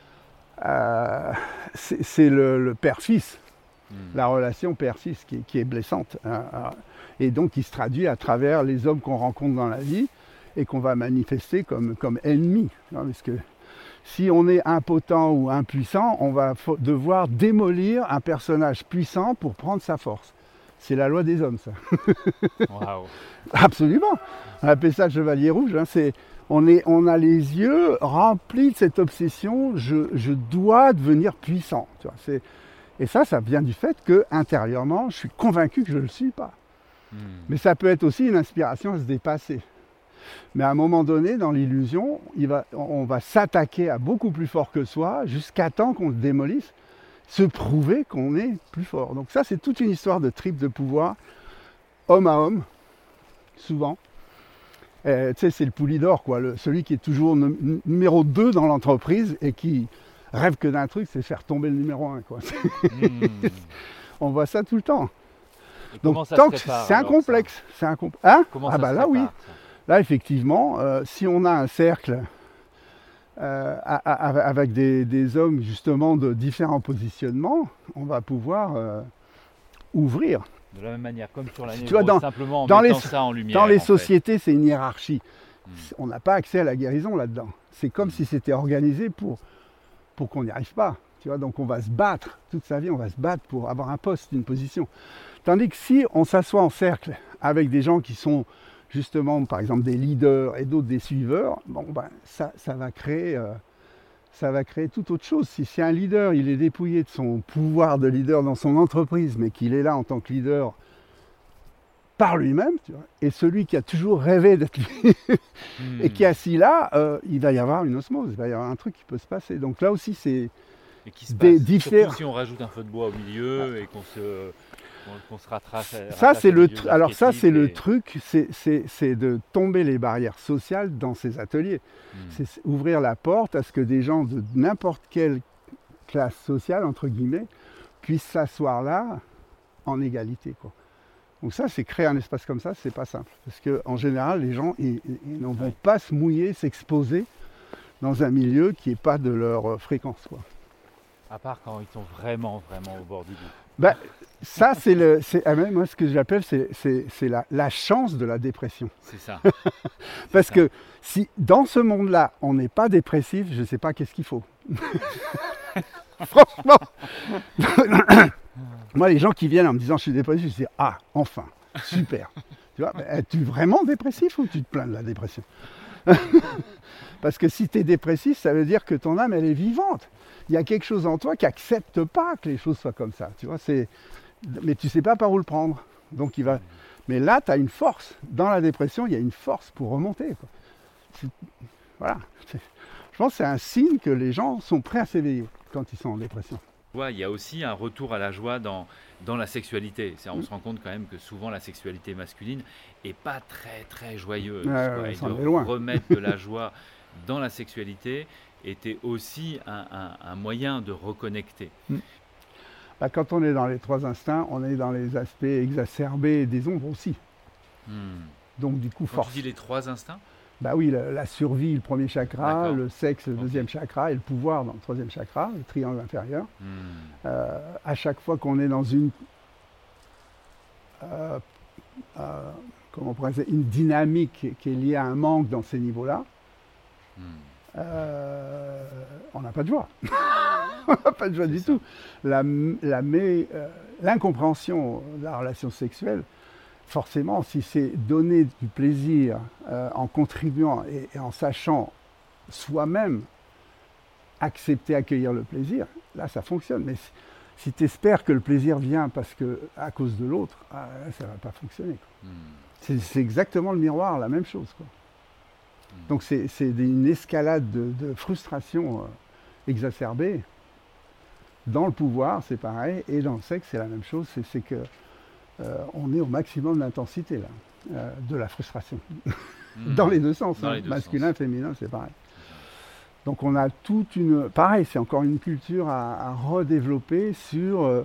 C'est le père-fils, la relation père-fils qui est blessante, hein, et donc qui se traduit à travers les hommes qu'on rencontre dans la vie et qu'on va manifester comme ennemis, hein, parce que si on est impotent ou impuissant, on va devoir démolir un personnage puissant pour prendre sa force. C'est la loi des hommes, ça. Wow. Absolument. On appelle ça le chevalier rouge, hein, on a les yeux remplis de cette obsession, je dois devenir puissant. Tu vois, et ça vient du fait que intérieurement, je suis convaincu que je ne le suis pas. Mais ça peut être aussi une inspiration à se dépasser. Mais à un moment donné, dans l'illusion, on va s'attaquer à beaucoup plus fort que soi, jusqu'à temps qu'on le démolisse, se prouver qu'on est plus fort. Donc ça, c'est toute une histoire de tripes de pouvoir, homme à homme, souvent. Tu sais, c'est le poulidor, quoi, celui qui est toujours numéro 2 dans l'entreprise et qui rêve que d'un truc, c'est faire tomber le numéro 1. Quoi. On voit ça tout le temps. Et donc, tant que c'est un complexe. Hein? Ah bah là, oui. Là, effectivement, si on a un cercle avec des hommes, justement, de différents positionnements, on va pouvoir ouvrir. De la même manière, comme sur la tu vois, simplement en mettant ça en lumière. Dans les sociétés, c'est une hiérarchie. On n'a pas accès à la guérison là-dedans. C'est comme si c'était organisé pour qu'on n'y arrive pas. Tu vois, donc on va se battre, toute sa vie, on va se battre pour avoir un poste, une position. Tandis que si on s'assoit en cercle avec des gens qui sont justement, par exemple, des leaders et d'autres des suiveurs, bon, ben, ça va créer ça va créer tout autre chose. Si un leader, il est dépouillé de son pouvoir de leader dans son entreprise, mais qu'il est là en tant que leader par lui-même, tu vois, et celui qui a toujours rêvé d'être lui, et qui est assis là, il va y avoir une osmose, il va y avoir un truc qui peut se passer. Donc là aussi, c'est et qui se passe, surtout si on rajoute un feu de bois au milieu et qu'on se rattrache. Ça, c'est le alors ça, c'est le truc, c'est de tomber les barrières sociales dans ces ateliers. C'est ouvrir la porte à ce que des gens de n'importe quelle classe sociale, entre guillemets, puissent s'asseoir là en égalité, quoi. Donc ça, c'est créer un espace comme ça, c'est pas simple. Parce qu'en général, les gens, ils ne vont pas se mouiller, s'exposer dans un milieu qui n'est pas de leur fréquence, quoi. À part quand ils sont vraiment, vraiment au bord du gouffre. Ben, ça, moi, ce que j'appelle, c'est la chance de la dépression. C'est ça. Parce que si dans ce monde-là, on n'est pas dépressif, je ne sais pas qu'est-ce qu'il faut. Franchement. Moi, les gens qui viennent en me disant je suis dépressif, je dis ah, enfin, super. Tu vois, es-tu vraiment dépressif ou tu te plains de la dépression? Parce que si tu es dépressif, ça veut dire que ton âme, elle est vivante. Il y a quelque chose en toi qui n'accepte pas que les choses soient comme ça. Tu vois, mais tu ne sais pas par où le prendre. Donc mais là, tu as une force. Dans la dépression, il y a une force pour remonter, quoi. Voilà. Je pense que c'est un signe que les gens sont prêts à s'éveiller quand ils sont en dépression. Il y a aussi un retour à la joie dans la sexualité. On se rend compte quand même que souvent la sexualité masculine n'est pas très très joyeuse. Et de remettre de la joie dans la sexualité était aussi un moyen de reconnecter. Quand on est dans les trois instincts, on est dans les aspects exacerbés des ombres aussi. Donc du coup, force. Tu dis les trois instincts ? Bah oui, la survie, le premier chakra, le sexe, le deuxième chakra, et le pouvoir dans le troisième chakra, le triangle inférieur. À chaque fois qu'on est dans une comment on pourrait dire, une dynamique qui est liée à un manque dans ces niveaux-là, on n'a pas de joie. On n'a pas de joie du tout. L'incompréhension de la relation sexuelle, forcément, si c'est donner du plaisir en contribuant et en sachant soi-même accepter, accueillir le plaisir, là ça fonctionne. Mais si tu espères que le plaisir vient à cause de l'autre, là, ça ne va pas fonctionner, quoi. C'est exactement le miroir, la même chose, quoi. Donc c'est une escalade de frustration exacerbée. Dans le pouvoir, c'est pareil, et dans le sexe, c'est la même chose. C'est que on est au maximum d'intensité là, de la frustration. Dans les deux sens, masculin, féminin, c'est pareil. Donc on a toute une... Pareil, c'est encore une culture à redévelopper sur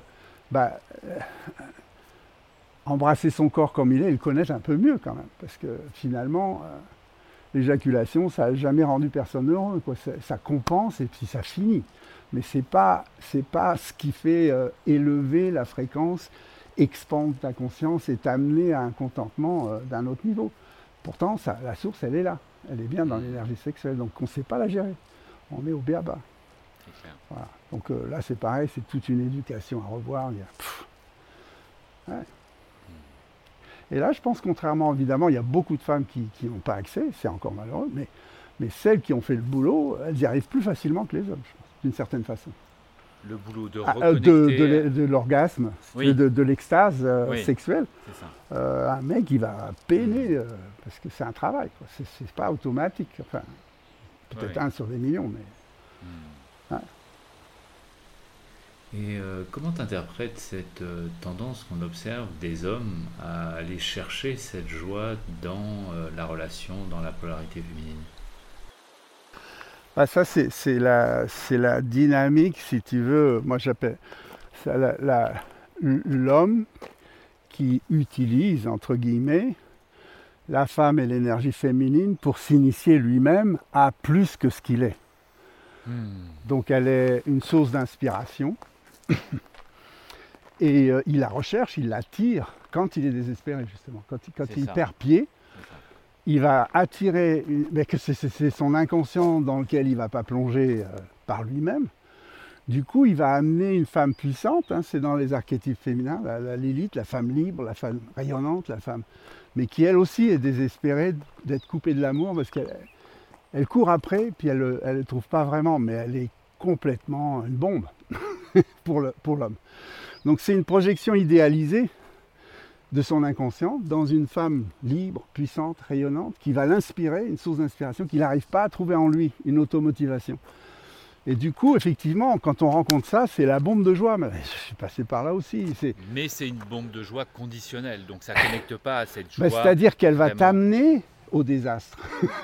embrasser son corps comme il est et le connaître un peu mieux quand même. Parce que finalement, l'éjaculation, ça n'a jamais rendu personne heureux, quoi. Ça compense et puis ça finit. Mais c'est pas ce qui fait élever la fréquence, expandre ta conscience et t'amener à un contentement d'un autre niveau. Pourtant, la source, elle est là. Elle est bien dans l'énergie sexuelle. Donc on ne sait pas la gérer. On est au béaba. Voilà. Donc là, c'est pareil, c'est toute une éducation à revoir. Et là, je pense, contrairement, évidemment, il y a beaucoup de femmes qui n'ont pas accès, c'est encore malheureux, mais celles qui ont fait le boulot, elles y arrivent plus facilement que les hommes, je pense, d'une certaine façon. Le boulot de reconnecter... de l'orgasme, oui. de l'extase sexuelle. C'est ça. Un mec, il va peiner, parce que c'est un travail, quoi. C'est pas automatique. Enfin, peut-être un sur des millions, mais... Et comment tu interprètes cette tendance qu'on observe des hommes à aller chercher cette joie dans la relation, dans la polarité féminine ? Ça, c'est la dynamique, si tu veux. Moi, j'appelle ça l'homme qui utilise, entre guillemets, la femme et l'énergie féminine pour s'initier lui-même à plus que ce qu'il est. Donc, elle est une source d'inspiration. Et il la recherche, il l'attire quand il est désespéré, justement. Quand il perd pied, il va attirer, mais que c'est son inconscient dans lequel il ne va pas plonger par lui-même. Du coup, il va amener une femme puissante, c'est dans les archétypes féminins, la Lilith, la femme libre, la femme rayonnante, la femme, mais qui elle aussi est désespérée d'être coupée de l'amour parce qu'elle Elle court après, puis elle ne le trouve pas vraiment, mais elle est complètement une bombe pour l'homme. Donc c'est une projection idéalisée de son inconscient dans une femme libre, puissante, rayonnante, qui va l'inspirer, une source d'inspiration qu'il n'arrive pas à trouver en lui, une automotivation. Et du coup, effectivement, quand on rencontre ça, c'est la bombe de joie. Mais je suis passé par là aussi. Mais c'est une bombe de joie conditionnelle, donc ça ne connecte pas à cette joie. C'est-à-dire qu'elle va t'amener au désastre.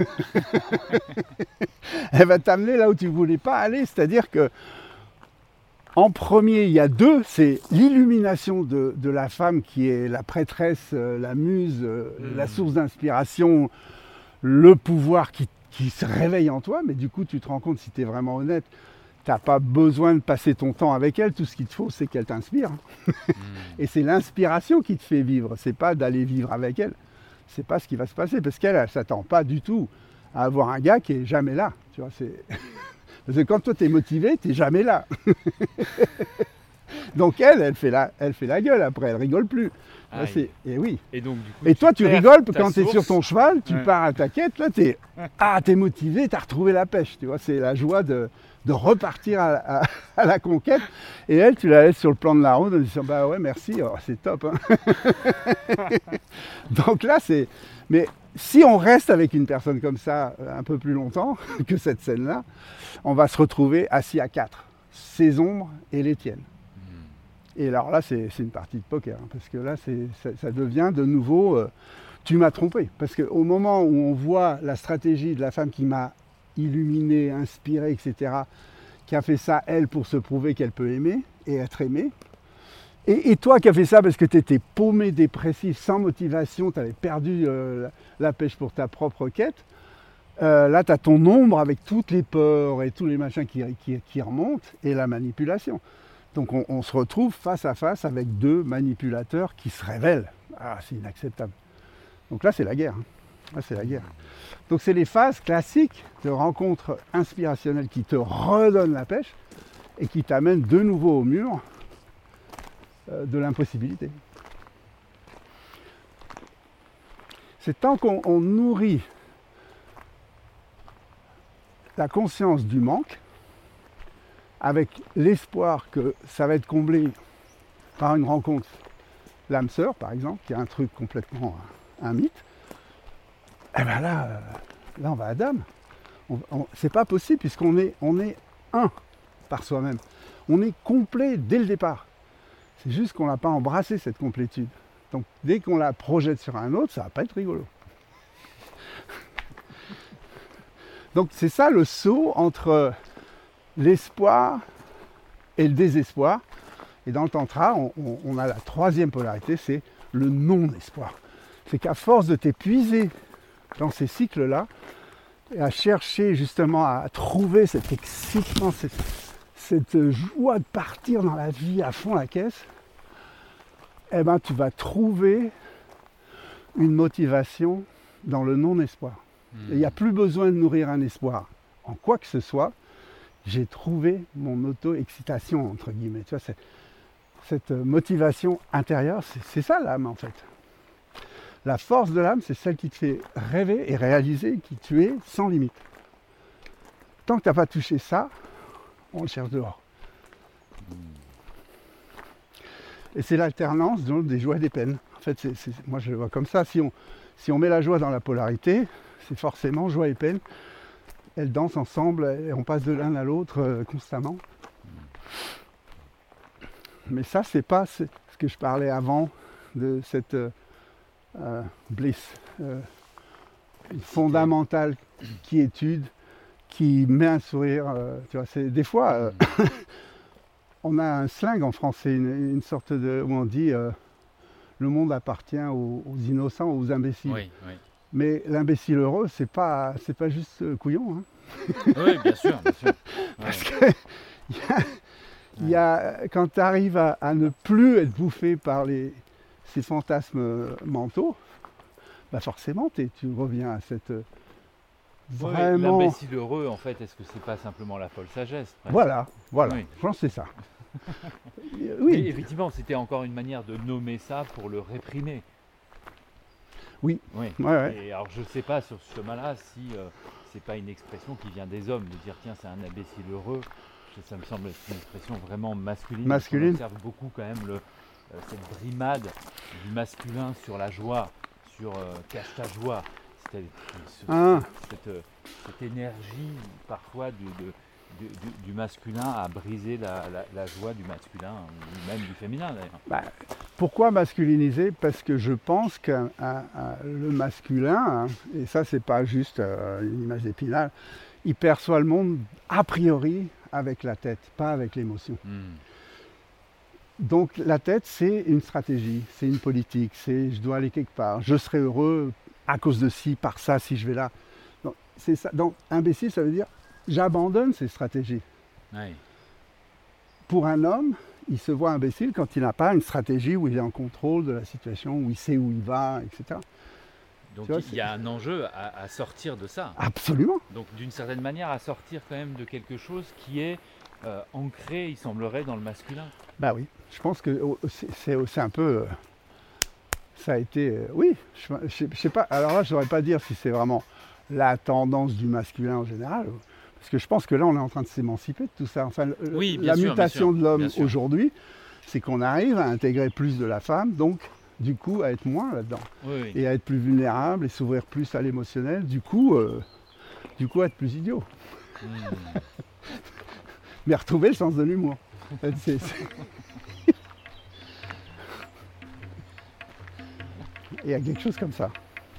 Elle va t'amener là où tu ne voulais pas aller. C'est-à-dire que en premier, il y a deux, c'est l'illumination de la femme qui est la prêtresse, la muse, la source d'inspiration, le pouvoir qui se réveille en toi, mais du coup tu te rends compte, si tu es vraiment honnête, tu n'as pas besoin de passer ton temps avec elle, tout ce qu'il te faut c'est qu'elle t'inspire. Et c'est l'inspiration qui te fait vivre, c'est pas d'aller vivre avec elle. C'est pas ce qui va se passer, parce qu'elle ne s'attend pas du tout à avoir un gars qui est jamais là. Tu vois, parce que quand toi tu es motivé, tu n'es jamais là. Donc elle fait la gueule après, elle rigole plus. Là, et oui. Et, donc, du coup, et toi, tu rigoles quand tu es sur ton cheval, tu pars à ta quête, là, t'es motivé, tu as retrouvé la pêche. Tu vois, c'est la joie de repartir à la conquête. Et elle, tu la laisses sur le plan de la route en disant bah ouais, merci, c'est top. Hein. Donc là, mais si on reste avec une personne comme ça un peu plus longtemps que cette scène-là, on va se retrouver assis à quatre, ses ombres et les tiennes. Et alors là, c'est une partie de poker, hein, parce que là, ça devient de nouveau, tu m'as trompé. Parce qu'au moment où on voit la stratégie de la femme qui m'a illuminé, inspiré, etc., qui a fait ça, elle, pour se prouver qu'elle peut aimer et être aimée, et toi qui as fait ça parce que tu étais paumé, dépressif, sans motivation, tu avais perdu la pêche pour ta propre quête, là, tu as ton ombre avec toutes les peurs et tous les machins qui remontent, et la manipulation. Donc on se retrouve face à face avec deux manipulateurs qui se révèlent. Ah, c'est inacceptable. Donc là, c'est la guerre. Hein. Là, c'est la guerre. Donc c'est les phases classiques de rencontres inspirationnelles qui te redonnent la pêche et qui t'amènent de nouveau au mur de l'impossibilité. C'est tant qu'on nourrit la conscience du manque, avec l'espoir que ça va être comblé par une rencontre, l'âme sœur par exemple, qui est un truc complètement un mythe, et bien là on va à dame. C'est pas possible puisqu'on est un par soi-même. On est complet dès le départ. C'est juste qu'on n'a pas embrassé cette complétude. Donc dès qu'on la projette sur un autre, ça va pas être rigolo. Donc c'est ça le saut entre l'espoir et le désespoir. Et dans le tantra, on a la troisième polarité, c'est le non-espoir. C'est qu'à force de t'épuiser dans ces cycles-là, et à chercher justement à trouver cet excitement, cette joie de partir dans la vie à fond la caisse, eh ben, tu vas trouver une motivation dans le non-espoir. Et il n'y a plus besoin de nourrir un espoir en quoi que ce soit. J'ai trouvé mon auto-excitation, entre guillemets. Tu vois, cette motivation intérieure, c'est ça l'âme en fait. La force de l'âme, c'est celle qui te fait rêver et réaliser qui tu es sans limite. Tant que tu n'as pas touché ça, on le cherche dehors. Et c'est l'alternance donc, des joies et des peines. En fait, moi je le vois comme ça. Si on met la joie dans la polarité, c'est forcément joie et peine. Elles dansent ensemble et on passe de l'un à l'autre constamment. Mais ça, c'est pas ce que je parlais avant de cette bliss fondamentale quiétude qui met un sourire. Tu vois, des fois, on a un slang en français, une sorte de où on dit le monde appartient aux innocents, aux imbéciles. Oui, oui. Mais l'imbécile heureux, c'est pas juste couillon. Hein. Oui, bien sûr, bien sûr. Parce que quand tu arrives à ne plus être bouffé par ces fantasmes mentaux, bah forcément, tu reviens à cette vraiment... L'imbécile heureux, en fait, est-ce que c'est pas simplement la folle sagesse presque? Voilà, Oui. Je pense que c'est ça. Oui. Mais effectivement, c'était encore une manière de nommer ça pour le réprimer. Oui. Oui. Ouais. Et alors je ne sais pas sur ce chemin-là si c'est pas une expression qui vient des hommes, de dire tiens c'est un imbécile heureux. Ça me semble être une expression vraiment masculine. On observe beaucoup quand même cette brimade du masculin sur la joie, sur cache ta joie. Cette énergie parfois du masculin à briser la joie du masculin, ou même du féminin d'ailleurs. Pourquoi masculiniser? Parce que je pense que le masculin, et ça c'est pas juste une image d'Épinal, il perçoit le monde a priori avec la tête, pas avec l'émotion. Donc la tête c'est une stratégie, c'est une politique, c'est je dois aller quelque part, je serai heureux à cause de ci, par ça, si je vais là. Donc, c'est ça. Donc imbécile ça veut dire j'abandonne ces stratégies. Ouais. Pour un homme, il se voit imbécile quand il n'a pas une stratégie où il est en contrôle de la situation, où il sait où il va, etc. Donc il y a un enjeu à sortir de ça. Absolument. Donc d'une certaine manière à sortir quand même de quelque chose qui est ancré, il semblerait, dans le masculin. Bah oui, je pense que c'est un peu... ça a été... oui, je sais pas, alors là je ne saurais pas dire si c'est vraiment la tendance du masculin en général, parce que je pense que là on est en train de s'émanciper de tout ça. Enfin, la mutation de l'homme aujourd'hui, c'est qu'on arrive à intégrer plus de la femme, donc du coup à être moins là-dedans, et à être plus vulnérable et s'ouvrir plus à l'émotionnel, du coup à être plus idiot. Mais retrouver le sens de l'humour. Il y a quelque chose comme ça.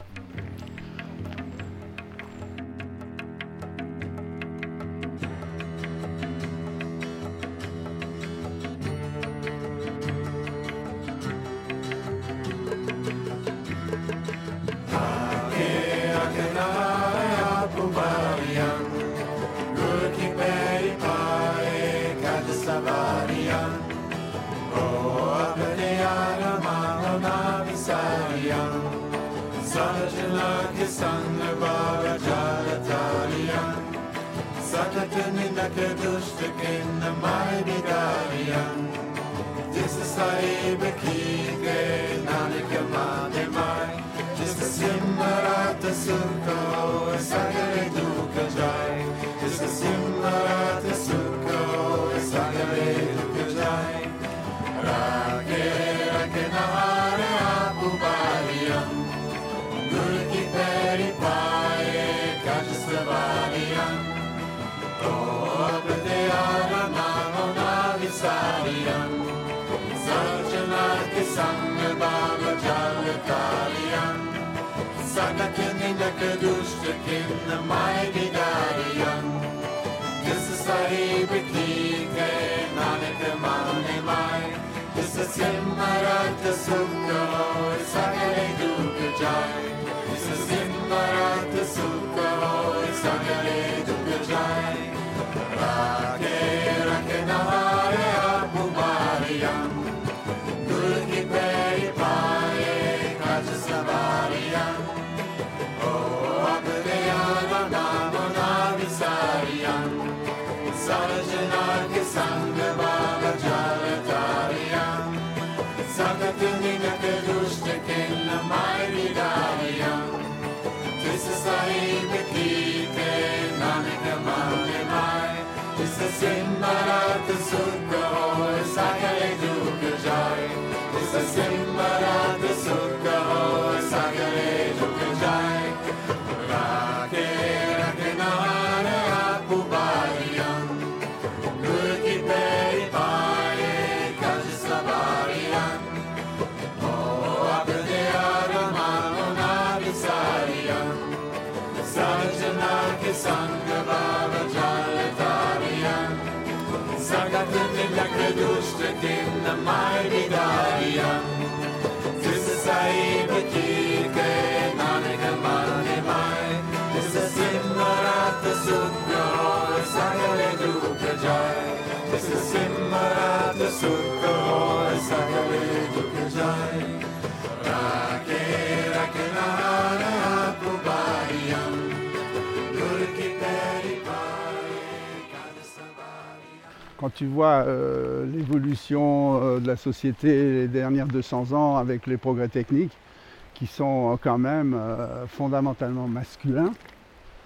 Quand tu vois l'évolution de la société les dernières 200 ans avec les progrès techniques qui sont quand même fondamentalement masculins,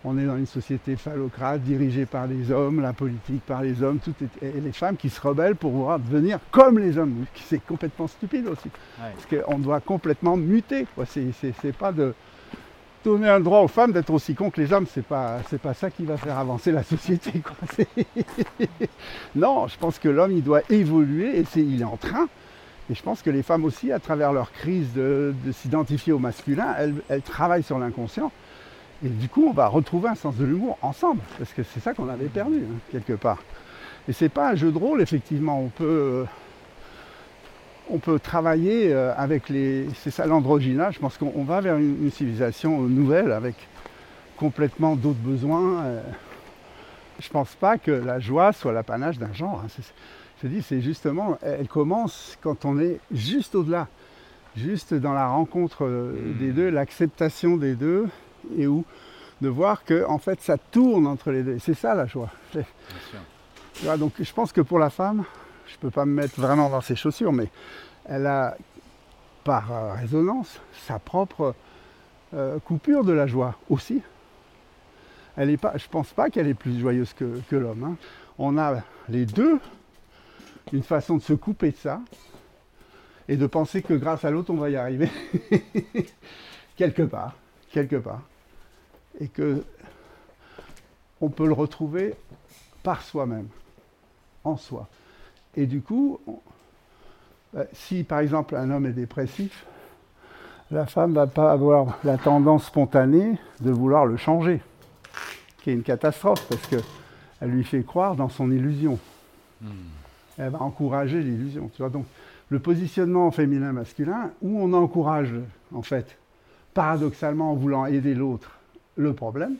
On est dans une société phallocrate, dirigée par les hommes, la politique par les hommes, et les femmes qui se rebellent pour vouloir devenir comme les hommes. C'est complètement stupide aussi. Ouais. Parce qu'on doit complètement muter. C'est pas de donner un droit aux femmes d'être aussi cons que les hommes, c'est pas ça qui va faire avancer la société. Non, je pense que l'homme, il doit évoluer, et il est en train. Et je pense que les femmes aussi, à travers leur crise de s'identifier au masculin, elles travaillent sur l'inconscient. Et du coup, on va retrouver un sens de l'humour ensemble, parce que c'est ça qu'on avait perdu, quelque part. Et c'est pas un jeu de rôle, effectivement. On peut travailler avec c'est ça l'androgyna. Je pense qu'on va vers une civilisation nouvelle, avec complètement d'autres besoins. Je pense pas que la joie soit l'apanage d'un genre. Je dis, c'est justement, elle commence quand on est juste au-delà, juste dans la rencontre des deux, l'acceptation des deux, et de voir que en fait ça tourne entre les deux. C'est ça la joie. Voilà, donc je pense que pour la femme, je ne peux pas me mettre vraiment dans ses chaussures, mais elle a par résonance sa propre coupure de la joie aussi. Je ne pense pas qu'elle est plus joyeuse que l'homme. Hein. On a les deux une façon de se couper de ça et de penser que grâce à l'autre on va y arriver quelque part. Et que on peut le retrouver par soi-même, en soi. Et du coup, si par exemple un homme est dépressif, la femme ne va pas avoir la tendance spontanée de vouloir le changer, qui est une catastrophe, parce qu'elle lui fait croire dans son illusion. Elle va encourager l'illusion. Tu vois, donc le positionnement féminin-masculin, où on encourage, en fait, paradoxalement en voulant aider l'autre, le problème,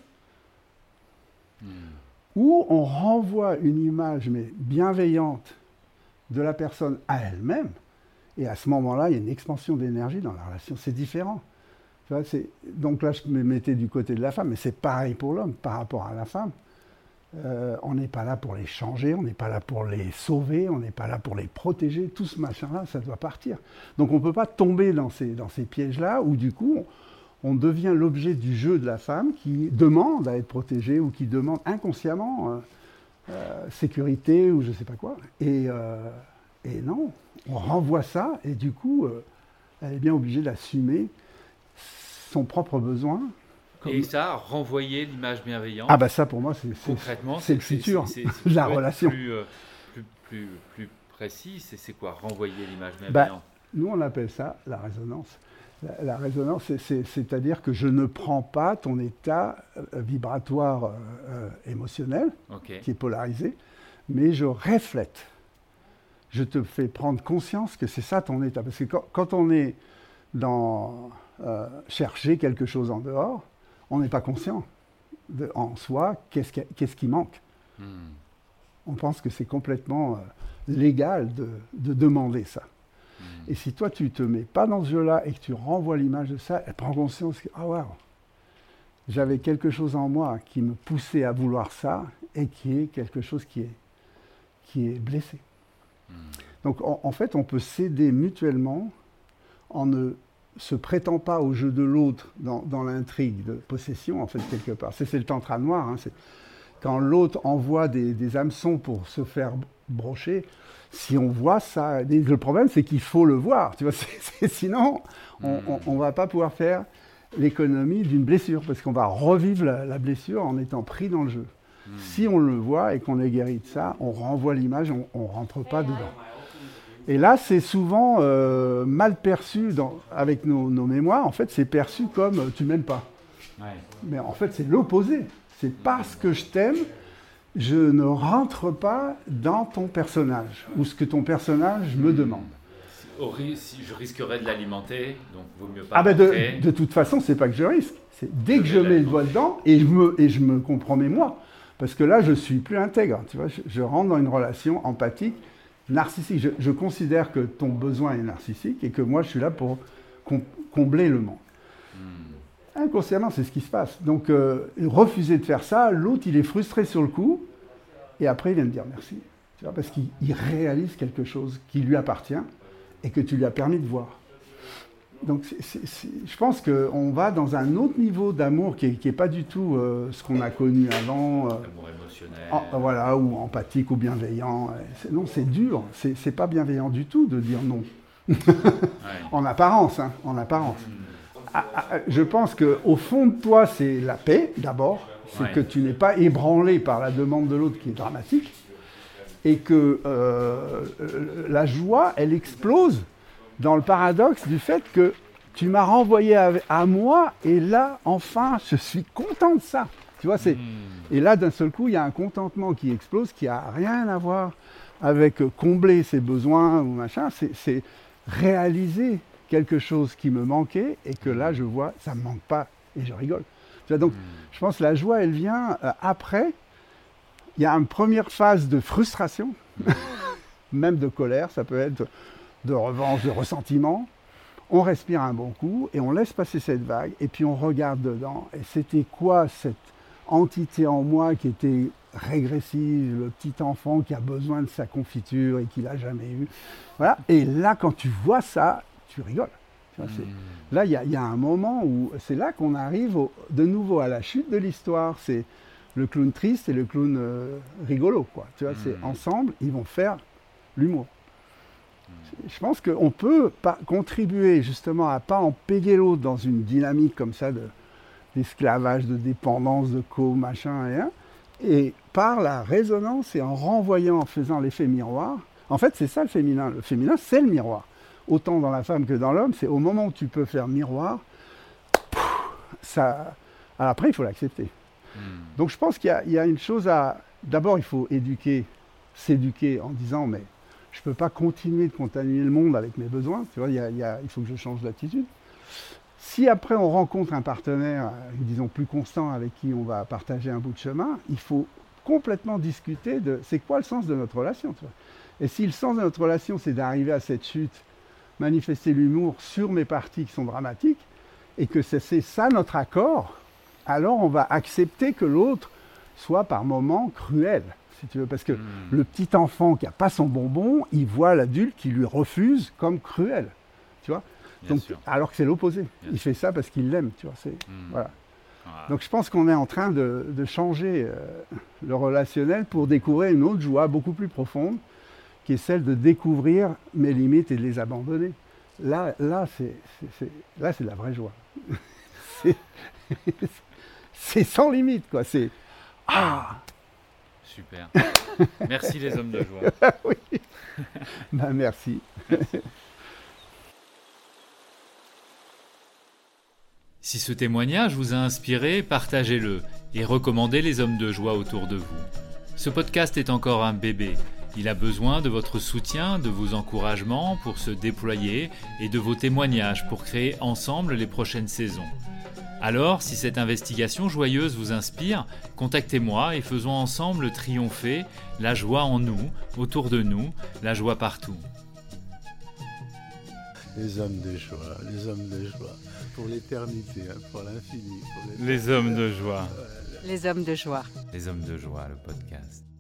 où on renvoie une image mais bienveillante de la personne à elle-même, et à ce moment-là, il y a une expansion d'énergie dans la relation. C'est différent. Tu vois, donc là, je me mettais du côté de la femme, mais c'est pareil pour l'homme par rapport à la femme. On n'est pas là pour les changer, on n'est pas là pour les sauver, on n'est pas là pour les protéger. Tout ce machin-là, ça doit partir. Donc on ne peut pas tomber dans ces pièges-là où du coup, on devient l'objet du jeu de la femme qui demande à être protégée ou qui demande inconsciemment sécurité ou je ne sais pas quoi. Et non, on renvoie ça et du coup, elle est bien obligée d'assumer son propre besoin. Et ça, renvoyer l'image bienveillante. Ah bah ça pour moi, concrètement, c'est le futur de la relation. Plus précis, c'est quoi renvoyer l'image bienveillante? Nous on appelle ça la résonance. La résonance, c'est-à-dire que je ne prends pas ton état vibratoire émotionnel, qui est polarisé, mais je reflète. Je te fais prendre conscience que c'est ça ton état. Parce que quand on est dans chercher quelque chose en dehors, on n'est pas conscient en soi qu'est-ce qui manque. On pense que c'est complètement légal de demander ça. Et si toi, tu ne te mets pas dans ce jeu-là et que tu renvoies l'image de ça, elle prend conscience que, ah waouh, j'avais quelque chose en moi qui me poussait à vouloir ça et qui est quelque chose qui est blessé. Donc en fait, on peut s'aider mutuellement en ne se prêtant pas au jeu de l'autre dans l'intrigue de possession, en fait, quelque part. C'est le tantra noir. Hein, quand l'autre envoie des hameçons pour se faire brocher, si on voit ça, le problème c'est qu'il faut le voir. Tu vois, sinon, on ne va pas pouvoir faire l'économie d'une blessure, parce qu'on va revivre la blessure en étant pris dans le jeu. Si on le voit et qu'on est guéri de ça, on renvoie l'image, on ne rentre pas dedans. Et là, c'est souvent mal perçu avec nos mémoires. En fait, c'est perçu comme « tu m'aimes pas ». Mais en fait, c'est l'opposé. C'est parce que je t'aime, je ne rentre pas dans ton personnage, ou ce que ton personnage me demande. Si je risquerais de l'alimenter, donc vaut mieux pas rentrer. De toute façon, c'est pas que je risque. C'est dès que je mets le doigt dedans, et je me compromets moi. Parce que là, je suis plus intègre. Tu vois, je rentre dans une relation empathique, narcissique. Je considère que ton besoin est narcissique et que moi, je suis là pour combler le manque. Inconsciemment, c'est ce qui se passe. Donc, refuser de faire ça, l'autre, il est frustré sur le coup, et après, il vient de dire merci. Tu vois, parce qu'il réalise quelque chose qui lui appartient et que tu lui as permis de voir. Donc je pense qu'on va dans un autre niveau d'amour qui est pas du tout ce qu'on a connu avant. L'amour émotionnel. Voilà, ou empathique ou bienveillant. Non, c'est dur. C'est pas bienveillant du tout de dire non. Ouais. En apparence, hein, en apparence. Je pense qu'au fond de toi, c'est la paix, d'abord. C'est que tu n'es pas ébranlé par la demande de l'autre qui est dramatique. Et que la joie, elle explose dans le paradoxe du fait que tu m'as renvoyé à moi, et là, enfin, je suis content de ça. Tu vois, et là, d'un seul coup, il y a un contentement qui explose, qui n'a rien à voir avec combler ses besoins ou machin. C'est réaliser quelque chose qui me manquait, et que là, je vois, ça ne me manque pas, et je rigole. Tu vois, donc, je pense que la joie, elle vient après. Il y a une première phase de frustration, même de colère, ça peut être de revanche, de ressentiment. On respire un bon coup et on laisse passer cette vague, et puis on regarde dedans. Et c'était quoi cette entité en moi qui était régressive, le petit enfant qui a besoin de sa confiture et qui l'a jamais eu. Voilà. Et là, quand tu vois ça, tu rigoles. Là, il y a un moment où c'est là qu'on arrive de nouveau à la chute de l'histoire. C'est le clown triste et le clown rigolo, quoi. Tu vois, c'est ensemble, ils vont faire l'humour. Je pense qu'on peut contribuer justement à ne pas en payer l'autre dans une dynamique comme ça d'esclavage, de dépendance, de machin, et par la résonance et en renvoyant, en faisant l'effet miroir. En fait, c'est ça le féminin. Le féminin, c'est le miroir. Autant dans la femme que dans l'homme, c'est au moment où tu peux faire miroir, ça. Alors après, il faut l'accepter. Donc je pense qu'il y a une chose à... D'abord, il faut s'éduquer en disant, mais je ne peux pas continuer de contaminer le monde avec mes besoins. Tu vois, il faut que je change d'attitude. Si après on rencontre un partenaire, disons plus constant, avec qui on va partager un bout de chemin, il faut complètement discuter de c'est quoi le sens de notre relation. Tu vois. Et si le sens de notre relation, c'est d'arriver à cette chute, manifester l'humour sur mes parties qui sont dramatiques, et que c'est ça notre accord, alors on va accepter que l'autre soit par moments cruel, si tu veux. Parce que le petit enfant qui n'a pas son bonbon, il voit l'adulte qui lui refuse comme cruel. Tu vois. Donc, alors que c'est l'opposé. Il fait ça parce qu'il l'aime. Tu vois. Voilà. Donc je pense qu'on est en train de changer le relationnel pour découvrir une autre joie beaucoup plus profonde, qui est celle de découvrir mes limites et de les abandonner. Là c'est de la vraie joie. C'est sans limite, quoi. C'est super. Merci les hommes de joie. Oui. Merci. Si ce témoignage vous a inspiré, partagez-le et recommandez les hommes de joie autour de vous. Ce podcast est encore un bébé. Il a besoin de votre soutien, de vos encouragements pour se déployer et de vos témoignages pour créer ensemble les prochaines saisons. Alors, si cette investigation joyeuse vous inspire, contactez-moi et faisons ensemble triompher la joie en nous, autour de nous, la joie partout. Les hommes de joie, pour l'éternité, pour l'infini. Les hommes de joie. Les hommes de joie. Les hommes de joie, le podcast.